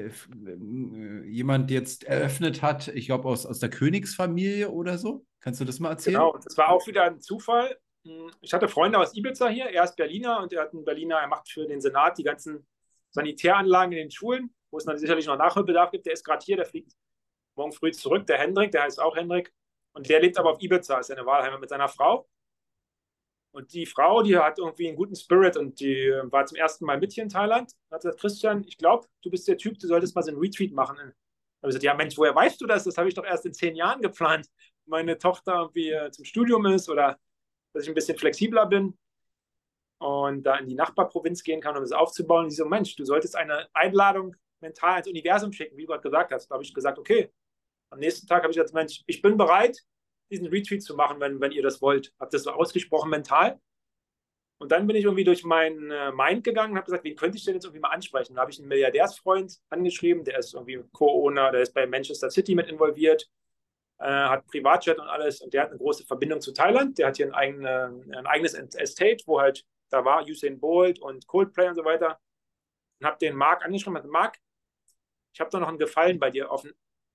jemand jetzt eröffnet hat. Ich glaube, aus der Königsfamilie oder so. Kannst du das mal erzählen? Genau, das war auch wieder ein Zufall. Ich hatte Freunde aus Ibiza hier. Er ist Berliner, und er macht für den Senat die ganzen Sanitäranlagen in den Schulen, wo es dann sicherlich noch Nachholbedarf gibt. Der ist gerade hier, der fliegt morgen früh zurück. Der Hendrik, der heißt auch Hendrik. Und der lebt aber auf Ibiza, ist eine Wahlheimat mit seiner Frau. Und die Frau, die hat irgendwie einen guten Spirit, und die war zum ersten Mal mit hier in Thailand. Und hat gesagt: Christian, ich glaube, du bist der Typ, du solltest mal so einen Retreat machen. Da habe ich gesagt: ja Mensch, woher weißt du das? Das habe ich doch erst in 10 Jahren geplant. Meine Tochter irgendwie zum Studium ist, oder dass ich ein bisschen flexibler bin und da in die Nachbarprovinz gehen kann, um das aufzubauen. Und sie so: Mensch, du solltest eine Einladung mental ins Universum schicken, wie du gerade gesagt hast. Da habe ich gesagt: okay. Am nächsten Tag habe ich gesagt: Mensch, ich bin bereit, diesen Retreat zu machen, wenn ihr das wollt. Habe das so ausgesprochen mental. Und dann bin ich irgendwie durch mein Mind gegangen und habe gesagt: wen könnte ich denn jetzt irgendwie mal ansprechen? Da habe ich einen Milliardärsfreund angeschrieben, der ist irgendwie Co-Owner, der ist bei Manchester City mit involviert, hat Privatjet und alles, und der hat eine große Verbindung zu Thailand. Der hat hier ein eigenes Estate, wo halt, da war Usain Bolt und Coldplay und so weiter. Und habe den Marc angeschrieben und gesagt: Marc, ich habe da noch einen Gefallen bei dir offen.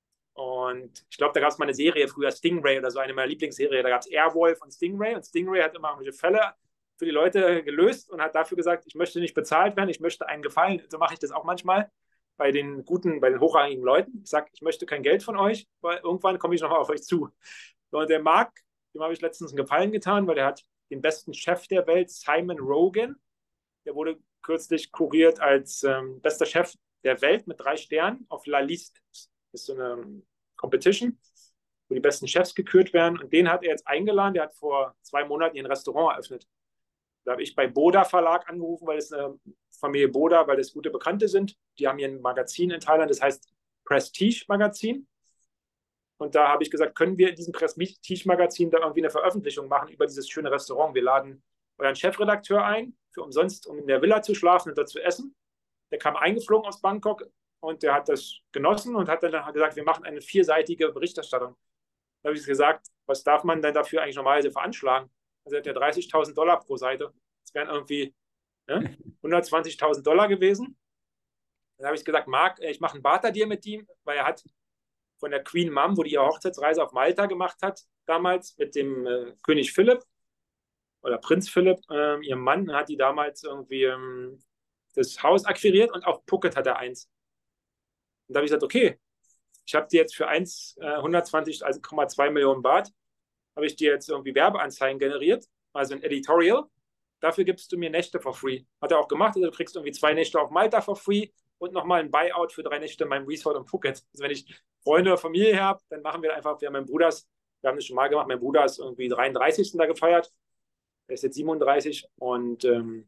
Und ich glaube, da gab es mal eine Serie früher, Stingray oder so, eine meiner Lieblingsserien. Da gab es Airwolf und Stingray. Und Stingray hat immer irgendwelche Fälle für die Leute gelöst und hat dafür gesagt: ich möchte nicht bezahlt werden, ich möchte einen Gefallen. So mache ich das auch manchmal bei den hochrangigen Leuten. Ich sage: ich möchte kein Geld von euch, weil irgendwann komme ich nochmal auf euch zu. Und der Marc, dem habe ich letztens einen Gefallen getan, weil der hat den besten Chef der Welt, Simon Rogan. Der wurde kürzlich kuriert als bester Chef der Welt mit 3 Sternen auf La Liste. Das ist so eine Competition, wo die besten Chefs gekürt werden. Und den hat er jetzt eingeladen. Der hat vor 2 Monaten ein Restaurant eröffnet. Da habe ich bei Boda Verlag angerufen, weil es eine Familie Boda, weil das gute Bekannte sind. Die haben hier ein Magazin in Thailand, das heißt Prestige Magazin. Und da habe ich gesagt: können wir in diesem Prestige Magazin da irgendwie eine Veröffentlichung machen über dieses schöne Restaurant? Wir laden euren Chefredakteur ein, für umsonst, um in der Villa zu schlafen und dort zu essen. Der kam eingeflogen aus Bangkok, und der hat das genossen und hat dann gesagt: wir machen eine 4-seitige Berichterstattung. Da habe ich gesagt: was darf man denn dafür eigentlich normalerweise veranschlagen? Also hat er $30.000 pro Seite. Das wären irgendwie $120.000 gewesen. Dann habe ich gesagt: Marc, ich mache einen Barter-Deal mit ihm, weil er hat von der Queen Mum, wo die ihre Hochzeitsreise auf Malta gemacht hat, damals mit dem König Philipp oder Prinz Philipp, ihrem Mann, hat die damals irgendwie das Haus akquiriert, und auch Phuket hat er eins. Und da habe ich gesagt: okay, ich habe dir jetzt für 120,2 Millionen Baht, habe ich dir jetzt irgendwie Werbeanzeigen generiert, also ein Editorial. Dafür gibst du mir Nächte for free. Hat er auch gemacht. Also du kriegst irgendwie 2 Nächte auf Malta for free und nochmal ein Buyout für 3 Nächte in meinem Resort in Phuket. Also wenn ich Freunde oder Familie habe, dann machen wir einfach, wir haben wir haben das schon mal gemacht, mein Bruder ist irgendwie 33. da gefeiert. Er ist jetzt 37 und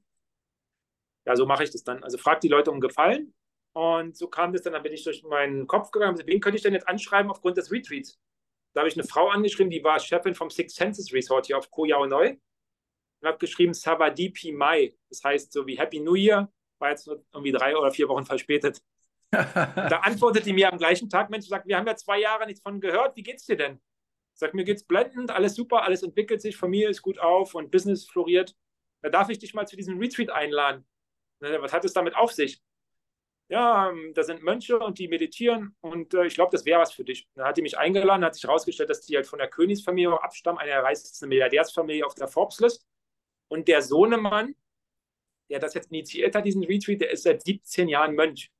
ja, so mache ich das dann. Also frag die Leute um Gefallen. Und so kam das dann bin ich durch meinen Kopf gegangen. Wen könnte ich denn jetzt anschreiben aufgrund des Retreats? Da habe ich eine Frau angeschrieben, die war Chefin vom Six Senses Resort hier auf Koh Yao Noi. Und habe geschrieben Savadipi Mai. Das heißt so wie Happy New Year. War jetzt nur irgendwie 3 oder 4 Wochen verspätet. Da antwortet die mir am gleichen Tag: Mensch, sagt, wir haben ja 2 Jahre nichts von gehört. Wie geht's dir denn? Sagt, mir geht's blendend, alles super, alles entwickelt sich, Familie ist gut auf und Business floriert. Da darf ich dich mal zu diesem Retreat einladen. Was hat es damit auf sich? Ja, da sind Mönche und die meditieren und ich glaube, das wäre was für dich. Dann hat die mich eingeladen, hat sich herausgestellt, dass die halt von der Königsfamilie abstammen, einer der reichsten Milliardärsfamilie auf der Forbes-List. Und der Sohnemann, der das jetzt initiiert hat, diesen Retreat, der ist seit 17 Jahren Mönch.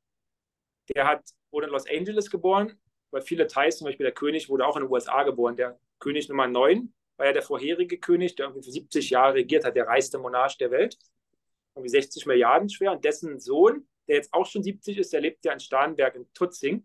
Wurde in Los Angeles geboren, weil viele Thais, zum Beispiel der König, wurde auch in den USA geboren. Der König Nummer 9 war ja der vorherige König, der irgendwie für 70 Jahre regiert hat, der reichste Monarch der Welt. Irgendwie 60 Milliarden schwer. Und dessen Sohn, der jetzt auch schon 70 ist, der lebt ja in Starnberg in Tutzing.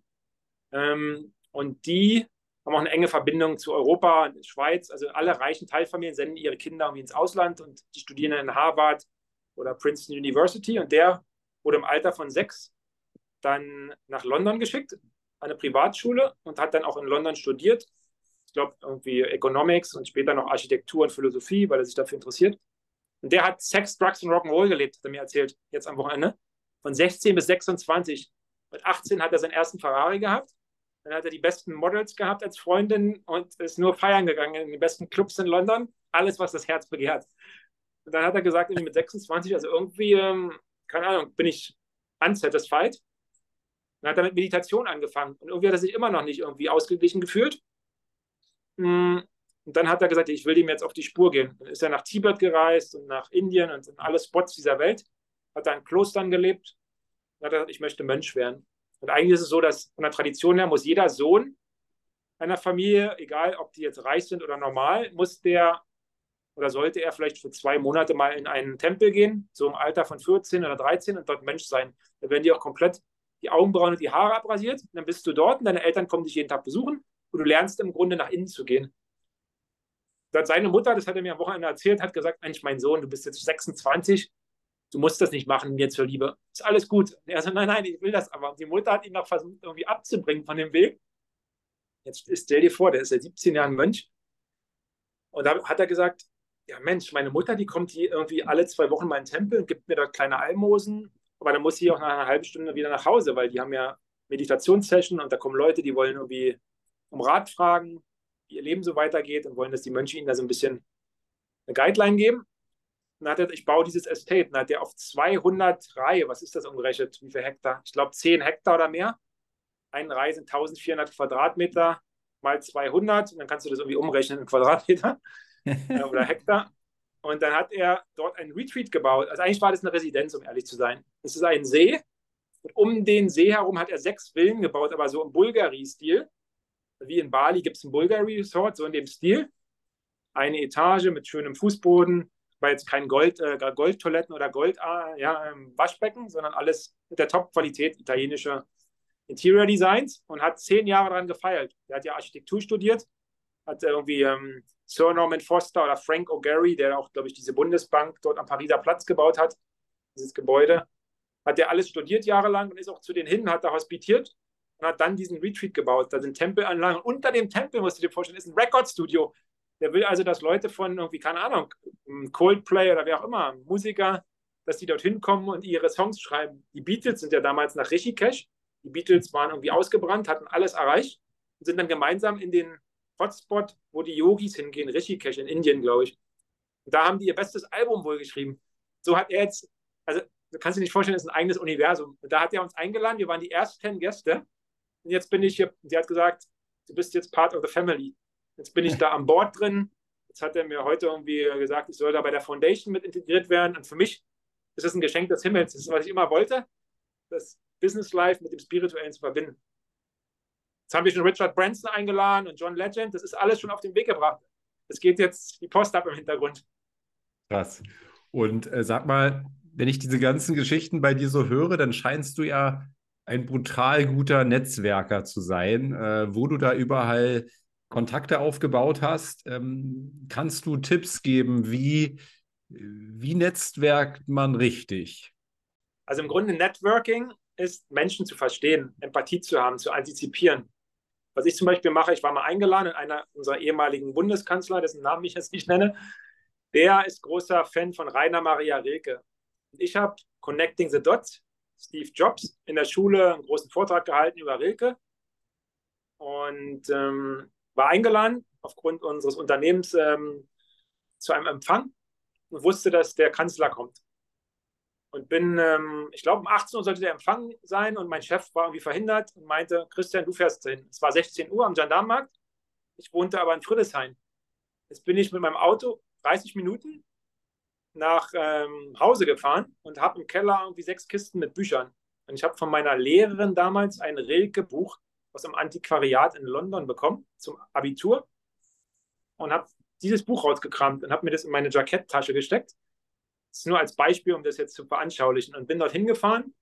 Und die haben auch eine enge Verbindung zu Europa und Schweiz. Also alle reichen Teilfamilien senden ihre Kinder irgendwie ins Ausland und die studieren in Harvard oder Princeton University. Und der wurde im Alter von 6 dann nach London geschickt, an eine Privatschule und hat dann auch in London studiert. Ich glaube, irgendwie Economics und später noch Architektur und Philosophie, weil er sich dafür interessiert. Und der hat Sex, Drugs und Rock'n'Roll gelebt, hat er mir erzählt, jetzt am Wochenende. Von 16 bis 26. Mit 18 hat er seinen ersten Ferrari gehabt. Dann hat er die besten Models gehabt als Freundin und ist nur feiern gegangen in den besten Clubs in London. Alles, was das Herz begehrt. Und dann hat er gesagt, irgendwie mit 26, also irgendwie, keine Ahnung, bin ich unsatisfied. Dann hat er mit Meditation angefangen. Und irgendwie hat er sich immer noch nicht irgendwie ausgeglichen gefühlt. Und dann hat er gesagt, ich will dem jetzt auf die Spur gehen. Dann ist er nach Tibet gereist und nach Indien und in alle Spots dieser Welt. Hat er in Klostern gelebt. Dann hat er gesagt, ich möchte Mönch werden. Und eigentlich ist es so, dass von der Tradition her muss jeder Sohn einer Familie, egal ob die jetzt reich sind oder normal, muss der oder sollte er vielleicht für 2 Monate mal in einen Tempel gehen, so im Alter von 14 oder 13 und dort Mönch sein. Da werden die auch komplett die Augenbrauen und die Haare abrasiert. Und dann bist du dort und deine Eltern kommen dich jeden Tag besuchen und du lernst im Grunde nach innen zu gehen. Seine Mutter, das hat er mir am Wochenende erzählt, hat gesagt, Mensch, mein Sohn, du bist jetzt 26, du musst das nicht machen, mir zur Liebe. Ist alles gut. Und er so, nein, ich will das aber. Und die Mutter hat ihn noch versucht, irgendwie abzubringen von dem Weg. Jetzt stell dir vor, der ist seit 17 Jahren Mönch. Und da hat er gesagt, ja Mensch, meine Mutter, die kommt hier irgendwie alle 2 Wochen mal in den Tempel und gibt mir da kleine Almosen. Aber dann muss sie auch nach einer halben Stunde wieder nach Hause, weil die haben ja Meditationssession und da kommen Leute, die wollen irgendwie um Rat fragen, wie ihr Leben so weitergeht und wollen, dass die Mönche ihnen da so ein bisschen eine Guideline geben. Und dann hat er, ich baue dieses Estate, dann hat er auf 200 Reihe, was ist das umgerechnet, wie viel Hektar? Ich glaube 10 Hektar oder mehr. Eine Reihe sind 1400 Quadratmeter mal 200 und dann kannst du das irgendwie umrechnen in Quadratmeter oder Hektar. Und dann hat er dort einen Retreat gebaut. Also eigentlich war das eine Residenz, um ehrlich zu sein. Es ist ein See. Und um den See herum hat er 6 Villen gebaut, aber so im Bulgari-Stil. Wie in Bali gibt es ein Bulgari-Resort, so in dem Stil. Eine Etage mit schönem Fußboden, war jetzt kein Goldtoiletten oder Waschbecken, sondern alles mit der Top-Qualität italienischer Interior Designs und hat 10 Jahre daran gefeilt. Er hat ja Architektur studiert, hat irgendwie Sir Norman Foster oder Frank O'Gary, der auch, glaube ich, diese Bundesbank dort am Pariser Platz gebaut hat, dieses Gebäude, hat er alles studiert jahrelang und ist auch zu denen hin, hat da hospitiert und hat dann diesen Retreat gebaut. Da sind Tempelanlagen. Unter dem Tempel, musst du dir vorstellen, ist ein Recordstudio. Der will also, dass Leute von irgendwie, keine Ahnung, Coldplay oder wer auch immer, Musiker, dass die dort hinkommen und ihre Songs schreiben. Die Beatles sind ja damals nach Rishikesh. Die Beatles waren irgendwie ausgebrannt, hatten alles erreicht und sind dann gemeinsam in den Hotspot, wo die Yogis hingehen, Rishikesh in Indien, glaube ich. Und da haben die ihr bestes Album wohl geschrieben. So hat er jetzt, also du kannst dir nicht vorstellen, das ist ein eigenes Universum. Und da hat er uns eingeladen, wir waren die ersten Gäste. Und jetzt bin ich hier, sie hat gesagt, du bist jetzt part of the family. Jetzt bin ich da an Bord drin. Jetzt hat er mir heute irgendwie gesagt, ich soll da bei der Foundation mit integriert werden. Und für mich ist das ein Geschenk des Himmels. Das ist, was ich immer wollte, das Business Life mit dem Spirituellen zu verbinden. Jetzt haben wir schon Richard Branson eingeladen und John Legend. Das ist alles schon auf den Weg gebracht. Es geht jetzt die Post ab im Hintergrund. Krass. Und sag mal, wenn ich diese ganzen Geschichten bei dir so höre, dann scheinst du ja ein brutal guter Netzwerker zu sein, wo du da überall Kontakte aufgebaut hast. Kannst du Tipps geben, wie netzwerkt man richtig? Also im Grunde Networking ist, Menschen zu verstehen, Empathie zu haben, zu antizipieren. Was ich zum Beispiel mache, ich war mal eingeladen in einer unserer ehemaligen Bundeskanzler, dessen Namen ich jetzt nicht nenne, der ist großer Fan von Rainer Maria Rilke. Und ich habe Connecting the Dots, Steve Jobs, in der Schule einen großen Vortrag gehalten über Rilke und war eingeladen aufgrund unseres Unternehmens zu einem Empfang und wusste, dass der Kanzler kommt. Und bin, ich glaube, um 18 Uhr sollte der Empfang sein und mein Chef war irgendwie verhindert und meinte, Christian, du fährst hin. Es war 16 Uhr am Gendarmenmarkt. Ich wohnte aber in Friedrichshain. Jetzt bin ich mit meinem Auto 30 Minuten nach Hause gefahren und habe im Keller irgendwie 6 Kisten mit Büchern. Und ich habe von meiner Lehrerin damals ein Rilke-Buch aus einem Antiquariat in London bekommen zum Abitur und habe dieses Buch rausgekramt und habe mir das in meine Jacketttasche gesteckt. Das ist nur als Beispiel, um das jetzt zu veranschaulichen. Und bin dorthin gefahren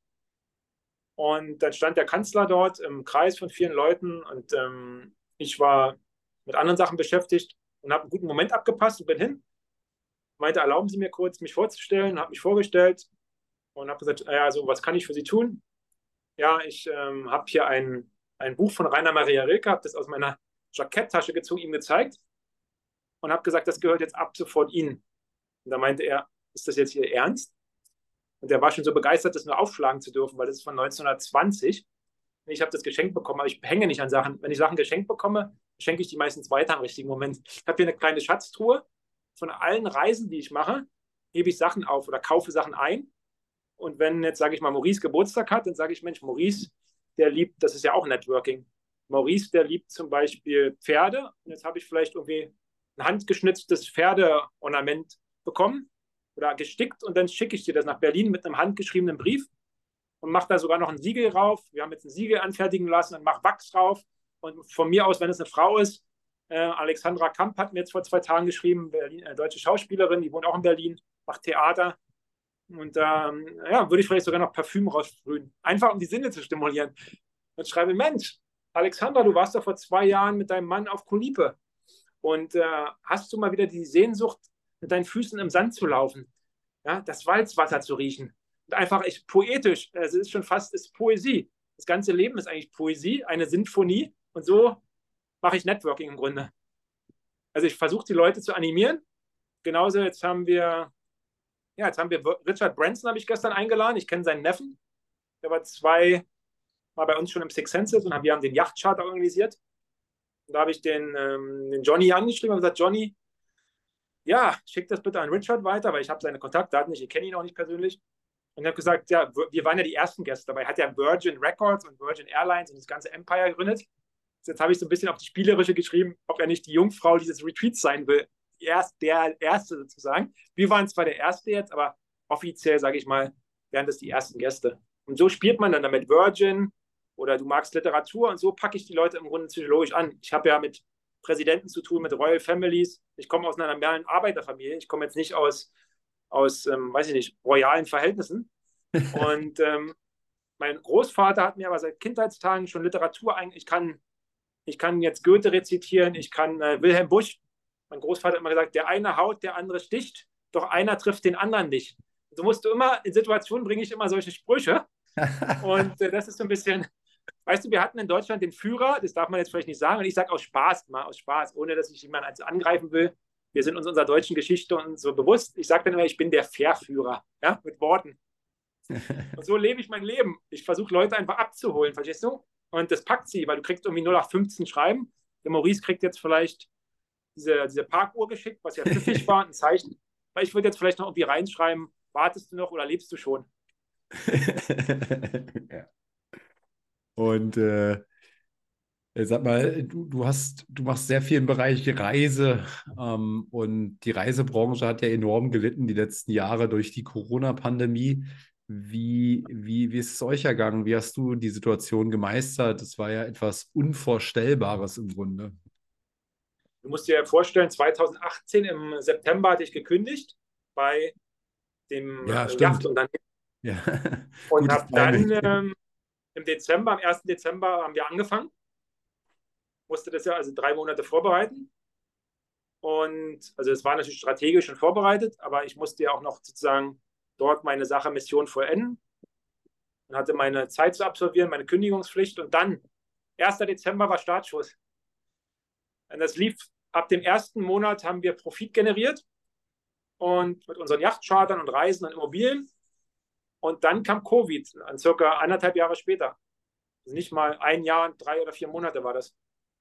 und dann stand der Kanzler dort im Kreis von 4 Leuten und ich war mit anderen Sachen beschäftigt und habe einen guten Moment abgepasst und bin hin. Meinte, erlauben Sie mir kurz, mich vorzustellen, habe mich vorgestellt und habe gesagt, ja, so, was kann ich für Sie tun? Ja, ich habe hier ein Buch von Rainer Maria Rilke, habe das aus meiner Jacketttasche gezogen, ihm gezeigt und habe gesagt, das gehört jetzt ab sofort Ihnen. Und da meinte er, ist das jetzt Ihr Ernst? Und er war schon so begeistert, das nur aufschlagen zu dürfen, weil das ist von 1920. Ich habe das geschenkt bekommen, aber ich hänge nicht an Sachen. Wenn ich Sachen geschenkt bekomme, schenke ich die meistens weiter im richtigen Moment. Ich habe hier eine kleine Schatztruhe. Von allen Reisen, die ich mache, hebe ich Sachen auf oder kaufe Sachen ein. Und wenn jetzt, sage ich mal, Maurice Geburtstag hat, dann sage ich, Mensch, Maurice, der liebt, das ist ja auch Networking. Maurice, der liebt zum Beispiel Pferde. Und jetzt habe ich vielleicht irgendwie ein handgeschnitztes Pferdeornament bekommen oder gestickt und dann schicke ich dir das nach Berlin mit einem handgeschriebenen Brief und mache da sogar noch ein Siegel rauf. Wir haben jetzt ein Siegel anfertigen lassen und mache Wachs drauf. Und von mir aus, wenn es eine Frau ist, Alexandra Kamp hat mir jetzt vor 2 Tagen geschrieben, Berlin, deutsche Schauspielerin, die wohnt auch in Berlin, macht Theater. Und ja, würde ich vielleicht sogar noch Parfüm raussprühen. Einfach um die Sinne zu stimulieren. Und schreibe, Mensch, Alexandra, du warst doch vor 2 Jahren mit deinem Mann auf Kulipe. Und hast du mal wieder die Sehnsucht, mit deinen Füßen im Sand zu laufen? Ja, das Walzwasser zu riechen. Und einfach echt poetisch. Es ist schon fast ist Poesie. Das ganze Leben ist eigentlich Poesie, eine Sinfonie. Und so mache ich Networking im Grunde. Also ich versuche die Leute zu animieren. Genauso jetzt haben wir Richard Branson habe ich gestern eingeladen. Ich kenne seinen Neffen. Der war 2 Mal bei uns schon im Six Senses und wir haben den Yachtcharter organisiert. Und da habe ich den Johnny angeschrieben und gesagt, Johnny, ja, schick das bitte an Richard weiter, weil ich habe seine Kontaktdaten nicht, ich kenne ihn auch nicht persönlich. Und ich habe gesagt, ja, wir waren ja die ersten Gäste dabei. Er hat ja Virgin Records und Virgin Airlines und das ganze Empire gegründet. Jetzt habe ich so ein bisschen auf die Spielerische geschrieben, ob er nicht die Jungfrau dieses Retreats sein will. Der Erste sozusagen. Wir waren zwar der Erste jetzt, aber offiziell, sage ich mal, wären das die ersten Gäste. Und so spielt man dann damit Virgin oder du magst Literatur und so packe ich die Leute im Grunde psychologisch an. Ich habe ja mit Präsidenten zu tun, mit Royal Families. Ich komme aus einer normalen Arbeiterfamilie. Ich komme jetzt nicht aus weiß ich nicht, royalen Verhältnissen. Und mein Großvater hat mir aber seit Kindheitstagen schon Literatur ich kann jetzt Goethe rezitieren, ich kann Wilhelm Busch. Mein Großvater hat immer gesagt, der eine haut, der andere sticht, doch einer trifft den anderen nicht. So musst du immer, in Situationen bringe ich immer solche Sprüche. Und das ist so ein bisschen, weißt du, wir hatten in Deutschland den Führer, das darf man jetzt vielleicht nicht sagen, und ich sage aus Spaß, mal aus Spaß, ohne dass ich jemanden angreifen will. Wir sind uns unserer deutschen Geschichte und so bewusst. Ich sage dann immer, ich bin der Verführer, ja, mit Worten. Und so lebe ich mein Leben. Ich versuche Leute einfach abzuholen, verstehst du? Und das packt sie, weil du kriegst irgendwie 0815 Schreiben. Der Maurice kriegt jetzt vielleicht diese Parkuhr geschickt, was ja pfiffig war, ein Zeichen. Weil ich würde jetzt vielleicht noch irgendwie reinschreiben, wartest du noch oder lebst du schon? Ja. Und sag mal, du machst sehr viel im Bereich Reise und die Reisebranche hat ja enorm gelitten die letzten Jahre durch die Corona-Pandemie. Wie ist es euch ergangen? Wie hast du die Situation gemeistert? Das war ja etwas Unvorstellbares im Grunde. Du musst dir vorstellen, 2018 im September hatte ich gekündigt bei dem Yachtunternehmen. Ja. Und habe dann im Dezember, am 1. Dezember haben wir angefangen. Musste das ja also 3 Monate vorbereiten. Und also es war natürlich strategisch schon vorbereitet, aber ich musste ja auch noch sozusagen dort meine Mission vollenden und hatte meine Zeit zu absolvieren, meine Kündigungspflicht. Und dann, 1. Dezember war Startschuss. Und das lief, ab dem 1. Monat haben wir Profit generiert und mit unseren Yachtchartern und Reisen und Immobilien. Und dann kam Covid, circa 1,5 Jahre später. Also nicht mal 1 Jahr, 3 oder 4 Monate war das.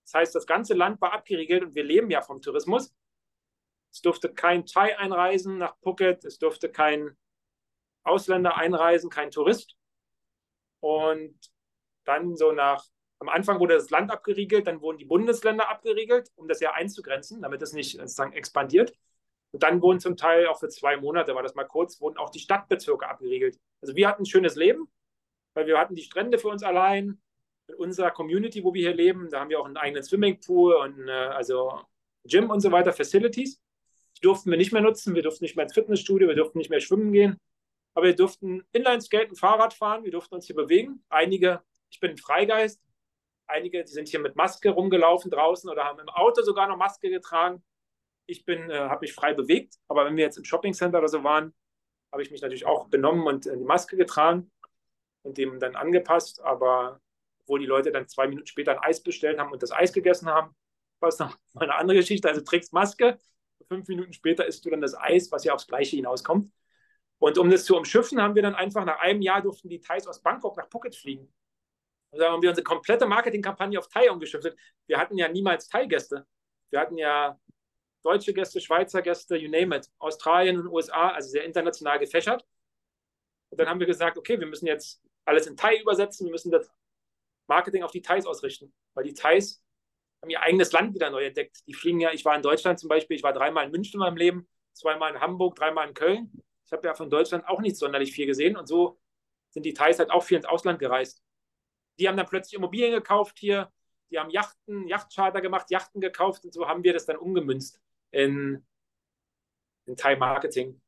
Das heißt, das ganze Land war abgeriegelt und wir leben ja vom Tourismus. Es durfte kein Thai einreisen nach Phuket, es durfte kein Ausländer einreisen, kein Tourist. Und dann am Anfang wurde das Land abgeriegelt, dann wurden die Bundesländer abgeriegelt, um das ja einzugrenzen, damit es nicht sozusagen expandiert. Und dann wurden zum Teil auch für 2 Monate, war das mal kurz, wurden auch die Stadtbezirke abgeriegelt. Also wir hatten ein schönes Leben, weil wir hatten die Strände für uns allein, in unserer Community, wo wir hier leben. Da haben wir auch einen eigenen Swimmingpool und also Gym und so weiter, Facilities. Die durften wir nicht mehr nutzen, wir durften nicht mehr ins Fitnessstudio, wir durften nicht mehr schwimmen gehen. Aber wir durften Inlineskaten, Fahrrad fahren, wir durften uns hier bewegen. Ich bin ein Freigeist, einige, die sind hier mit Maske rumgelaufen draußen oder haben im Auto sogar noch Maske getragen. Habe mich frei bewegt, aber wenn wir jetzt im Shoppingcenter oder so waren, habe ich mich natürlich auch benommen und die Maske getragen und dem dann angepasst. Aber obwohl die Leute dann 2 Minuten später ein Eis bestellt haben und das Eis gegessen haben, war es noch mal eine andere Geschichte. Also du trägst Maske, 5 Minuten später isst du dann das Eis, was ja aufs Gleiche hinauskommt. Und um das zu umschiffen, haben wir dann einfach nach einem Jahr durften die Thais aus Bangkok nach Phuket fliegen. Und dann haben wir unsere komplette Marketingkampagne auf Thai umgeschifft. Wir hatten ja niemals Thai-Gäste. Wir hatten ja deutsche Gäste, Schweizer Gäste, you name it, Australien und USA, also sehr international gefächert. Und dann haben wir gesagt, okay, wir müssen jetzt alles in Thai übersetzen, wir müssen das Marketing auf die Thais ausrichten, weil die Thais haben ihr eigenes Land wieder neu entdeckt. Die fliegen ja, ich war in Deutschland zum Beispiel, ich war 3-mal in München in meinem Leben, 2-mal in Hamburg, 3-mal in Köln. Ich habe ja von Deutschland auch nicht sonderlich viel gesehen und so sind die Thais halt auch viel ins Ausland gereist. Die haben dann plötzlich Immobilien gekauft hier, die haben Yachtcharter gemacht, Yachten gekauft und so haben wir das dann umgemünzt in Thai-Marketing.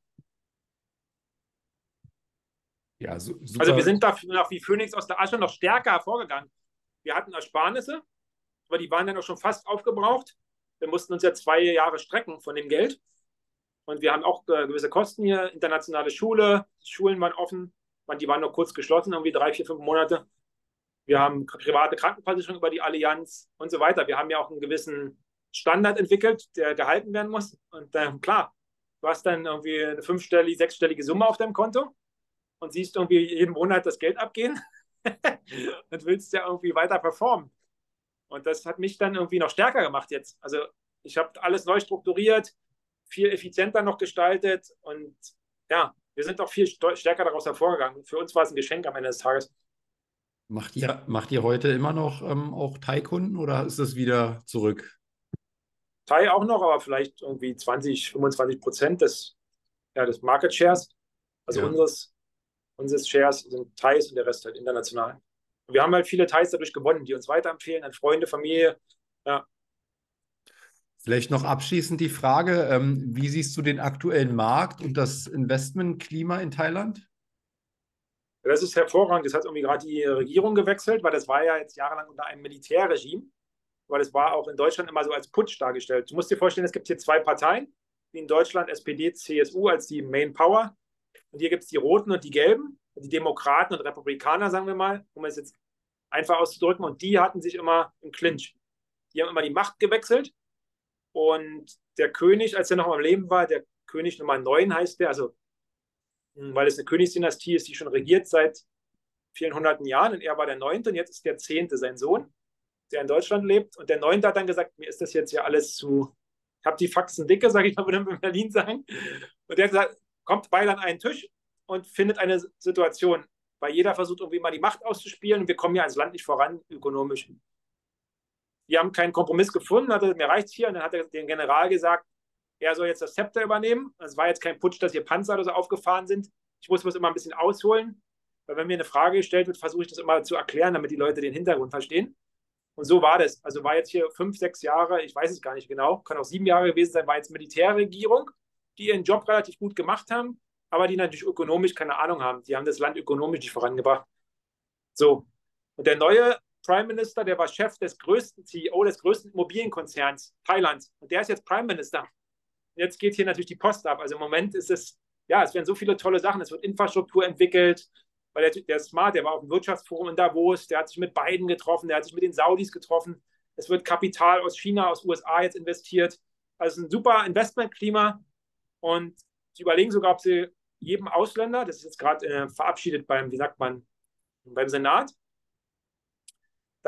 Ja, super. Also wir sind da noch wie Phönix aus der Asche noch stärker hervorgegangen. Wir hatten Ersparnisse, aber die waren dann auch schon fast aufgebraucht. Wir mussten uns ja 2 Jahre strecken von dem Geld. Und wir haben auch gewisse Kosten hier, internationale Schule, die Schulen waren offen, die waren nur kurz geschlossen, irgendwie 3, 4, 5 Monate. Wir haben private Krankenversicherung über die Allianz und so weiter. Wir haben ja auch einen gewissen Standard entwickelt, der gehalten werden muss. Und klar, du hast dann irgendwie eine 5-stellige, 6-stellige Summe auf deinem Konto und siehst irgendwie jeden Monat das Geld abgehen und willst ja irgendwie weiter performen. Und das hat mich dann irgendwie noch stärker gemacht jetzt. Also ich habe alles neu strukturiert, viel effizienter noch gestaltet und ja, wir sind auch viel stärker daraus hervorgegangen. Für uns war es ein Geschenk am Ende des Tages. Macht ihr heute immer noch auch Thai-Kunden oder ist das wieder zurück? Thai auch noch, aber vielleicht irgendwie 20-25% des Market Shares. Also Ja. unseres Shares sind Thais und der Rest halt international. Und wir haben halt viele Thais dadurch gewonnen, die uns weiterempfehlen an Freunde, Familie. Ja. Vielleicht noch abschließend die Frage, wie siehst du den aktuellen Markt und das Investmentklima in Thailand? Das ist hervorragend. Das hat irgendwie gerade die Regierung gewechselt, weil das war ja jetzt jahrelang unter einem Militärregime. Weil das war auch in Deutschland immer so als Putsch dargestellt. Du musst dir vorstellen, es gibt hier 2 Parteien, wie in Deutschland SPD, CSU als die Main Power. Und hier gibt es die Roten und die Gelben, die Demokraten und Republikaner, sagen wir mal, um es jetzt einfach auszudrücken. Und die hatten sich immer im Clinch. Die haben immer die Macht gewechselt. Und der König, als er noch am Leben war, der König Nummer 9 heißt der, also weil es eine Königsdynastie ist, die schon regiert seit vielen hunderten Jahren. Und er war der 9. und jetzt ist der 10. sein Sohn, der in Deutschland lebt. Und der 9. hat dann gesagt, mir ist das jetzt ja alles ich habe die Faxen dicke, sage ich mal, würde man in Berlin sagen. Und der hat gesagt, kommt beide an einen Tisch und findet eine Situation, weil jeder versucht irgendwie mal die Macht auszuspielen und wir kommen ja als Land nicht voran, ökonomisch. Wir haben keinen Kompromiss gefunden, mir reicht es hier. Und dann hat er dem General gesagt, er soll jetzt das Zepter übernehmen. Es war jetzt kein Putsch, dass hier Panzer oder so aufgefahren sind. Ich muss immer ein bisschen ausholen, weil wenn mir eine Frage gestellt wird, versuche ich das immer zu erklären, damit die Leute den Hintergrund verstehen. Und so war das. Also war jetzt hier 5, 6 Jahre, ich weiß es gar nicht genau, kann auch 7 Jahre gewesen sein, war jetzt Militärregierung, die ihren Job relativ gut gemacht haben, aber die natürlich ökonomisch keine Ahnung haben. Die haben das Land ökonomisch nicht vorangebracht. So. Und der neue Prime Minister, der war Chef des größten CEO, des größten Immobilienkonzerns Thailands. Und der ist jetzt Prime Minister. Jetzt geht hier natürlich die Post ab. Also im Moment ist es werden so viele tolle Sachen. Es wird Infrastruktur entwickelt, weil der ist smart, der war auf dem Wirtschaftsforum in Davos, der hat sich mit Biden getroffen, der hat sich mit den Saudis getroffen. Es wird Kapital aus China, aus USA jetzt investiert. Also ein super Investmentklima. Und sie überlegen sogar, ob sie jedem Ausländer, das ist jetzt gerade verabschiedet beim Senat,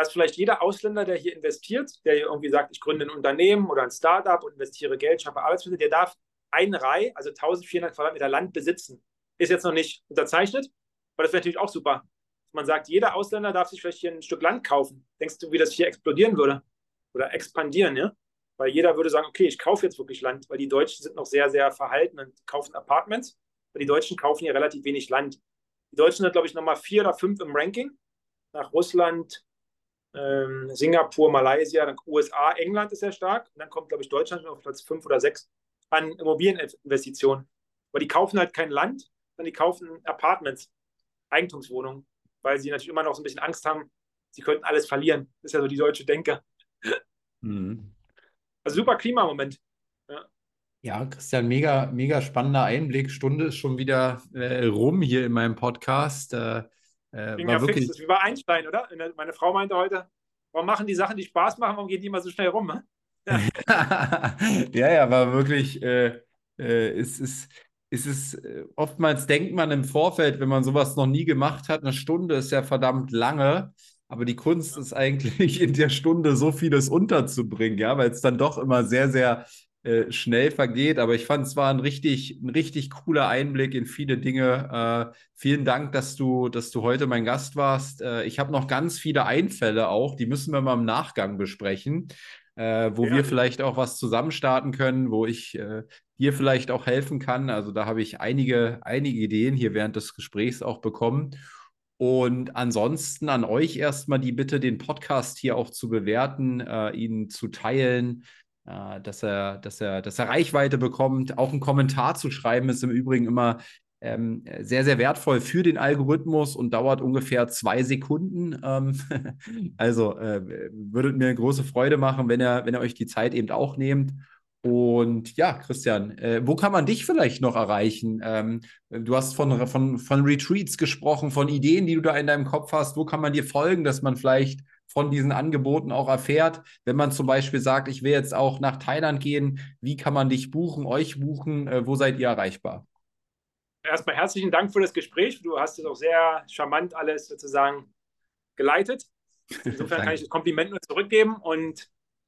dass vielleicht jeder Ausländer, der hier investiert, der hier irgendwie sagt, ich gründe ein Unternehmen oder ein Startup und investiere Geld, schaffe Arbeitsplätze, der darf eine Reihe, also 1400 Quadratmeter Land besitzen. Ist jetzt noch nicht unterzeichnet, aber das wäre natürlich auch super. Man sagt, jeder Ausländer darf sich vielleicht hier ein Stück Land kaufen. Denkst du, wie das hier explodieren würde? Oder expandieren, ja? Weil jeder würde sagen, okay, ich kaufe jetzt wirklich Land, weil die Deutschen sind noch sehr, sehr verhalten und kaufen Apartments, weil die Deutschen kaufen hier relativ wenig Land. Die Deutschen sind, glaube ich, Nummer 4 oder 5 im Ranking, nach Russland, Singapur, Malaysia, dann USA, England ist sehr stark und dann kommt, glaube ich, Deutschland auf Platz 5 oder 6 an Immobilieninvestitionen. Weil die kaufen halt kein Land, sondern die kaufen Apartments, Eigentumswohnungen, weil sie natürlich immer noch so ein bisschen Angst haben, sie könnten alles verlieren. Das ist ja so die deutsche Denke. Mhm. Also super Klimamoment. Ja. Ja, Christian, mega, mega spannender Einblick. Stunde ist schon wieder rum hier in meinem Podcast. Ging War ja fix, wirklich. das ist wie bei Einstein, oder? Meine Frau meinte heute, warum machen die Sachen, die Spaß machen, warum gehen die immer so schnell rum? Ne? Ja, war wirklich. Es ist oftmals denkt man im Vorfeld, wenn man sowas noch nie gemacht hat, eine Stunde ist ja verdammt lange. Aber die Kunst ist eigentlich in der Stunde so vieles unterzubringen, ja, weil es dann doch immer sehr, sehr schnell vergeht. Aber ich fand, es war ein richtig cooler Einblick in viele Dinge. Vielen Dank, dass du heute mein Gast warst. Ich habe noch ganz viele Einfälle auch, die müssen wir mal im Nachgang besprechen, wo wir vielleicht auch was zusammen starten können, wo ich dir vielleicht auch helfen kann. Also da habe ich einige Ideen hier während des Gesprächs auch bekommen. Und ansonsten an euch erstmal die Bitte, den Podcast hier auch zu bewerten, ihn zu teilen, dass er Reichweite bekommt. Auch einen Kommentar zu schreiben ist im Übrigen immer sehr, sehr wertvoll für den Algorithmus und dauert ungefähr 2 Sekunden. Also würde mir eine große Freude machen, wenn ihr euch die Zeit eben auch nehmt. Und ja, Christian, wo kann man dich vielleicht noch erreichen? Du hast von Retreats gesprochen, von Ideen, die du da in deinem Kopf hast. Wo kann man dir folgen, dass man vielleicht von diesen Angeboten auch erfährt? Wenn man zum Beispiel sagt, ich will jetzt auch nach Thailand gehen, wie kann man dich buchen, euch buchen? Wo seid ihr erreichbar? Erstmal herzlichen Dank für das Gespräch. Du hast es auch sehr charmant alles sozusagen geleitet. Insofern kann ich das Kompliment nur zurückgeben. Und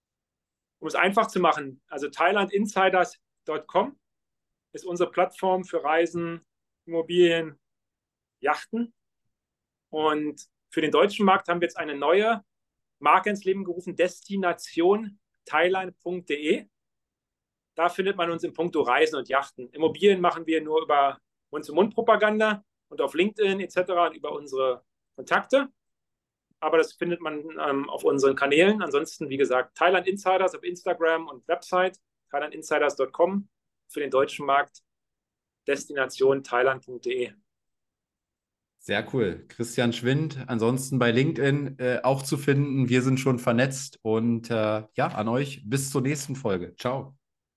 um es einfach zu machen, also thailandinsiders.com ist unsere Plattform für Reisen, Immobilien, Yachten. Und für den deutschen Markt haben wir jetzt eine neue Marke ins Leben gerufen, Destination thailand.de. Da findet man uns in puncto Reisen und Yachten. Immobilien machen wir nur über Mund-zu-Mund-Propaganda und auf LinkedIn etc. und über unsere Kontakte. Aber das findet man auf unseren Kanälen. Ansonsten, wie gesagt, Thailand Insiders auf Instagram und Website, thailandinsiders.com. Für den deutschen Markt Destination thailand.de. Sehr cool. Christian Schwind, ansonsten bei LinkedIn auch zu finden. Wir sind schon vernetzt und ja, an euch bis zur nächsten Folge. Ciao.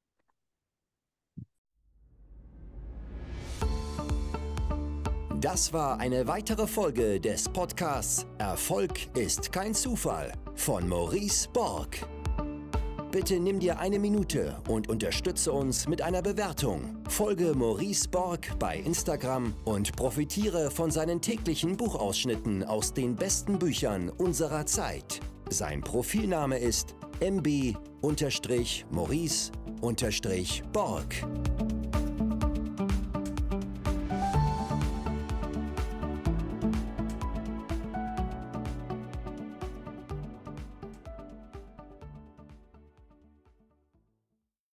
Das war eine weitere Folge des Podcasts Erfolg ist kein Zufall von Maurice Borg. Bitte nimm dir eine Minute und unterstütze uns mit einer Bewertung. Folge Maurice Borg bei Instagram und profitiere von seinen täglichen Buchausschnitten aus den besten Büchern unserer Zeit. Sein Profilname ist mb_maurice_borg.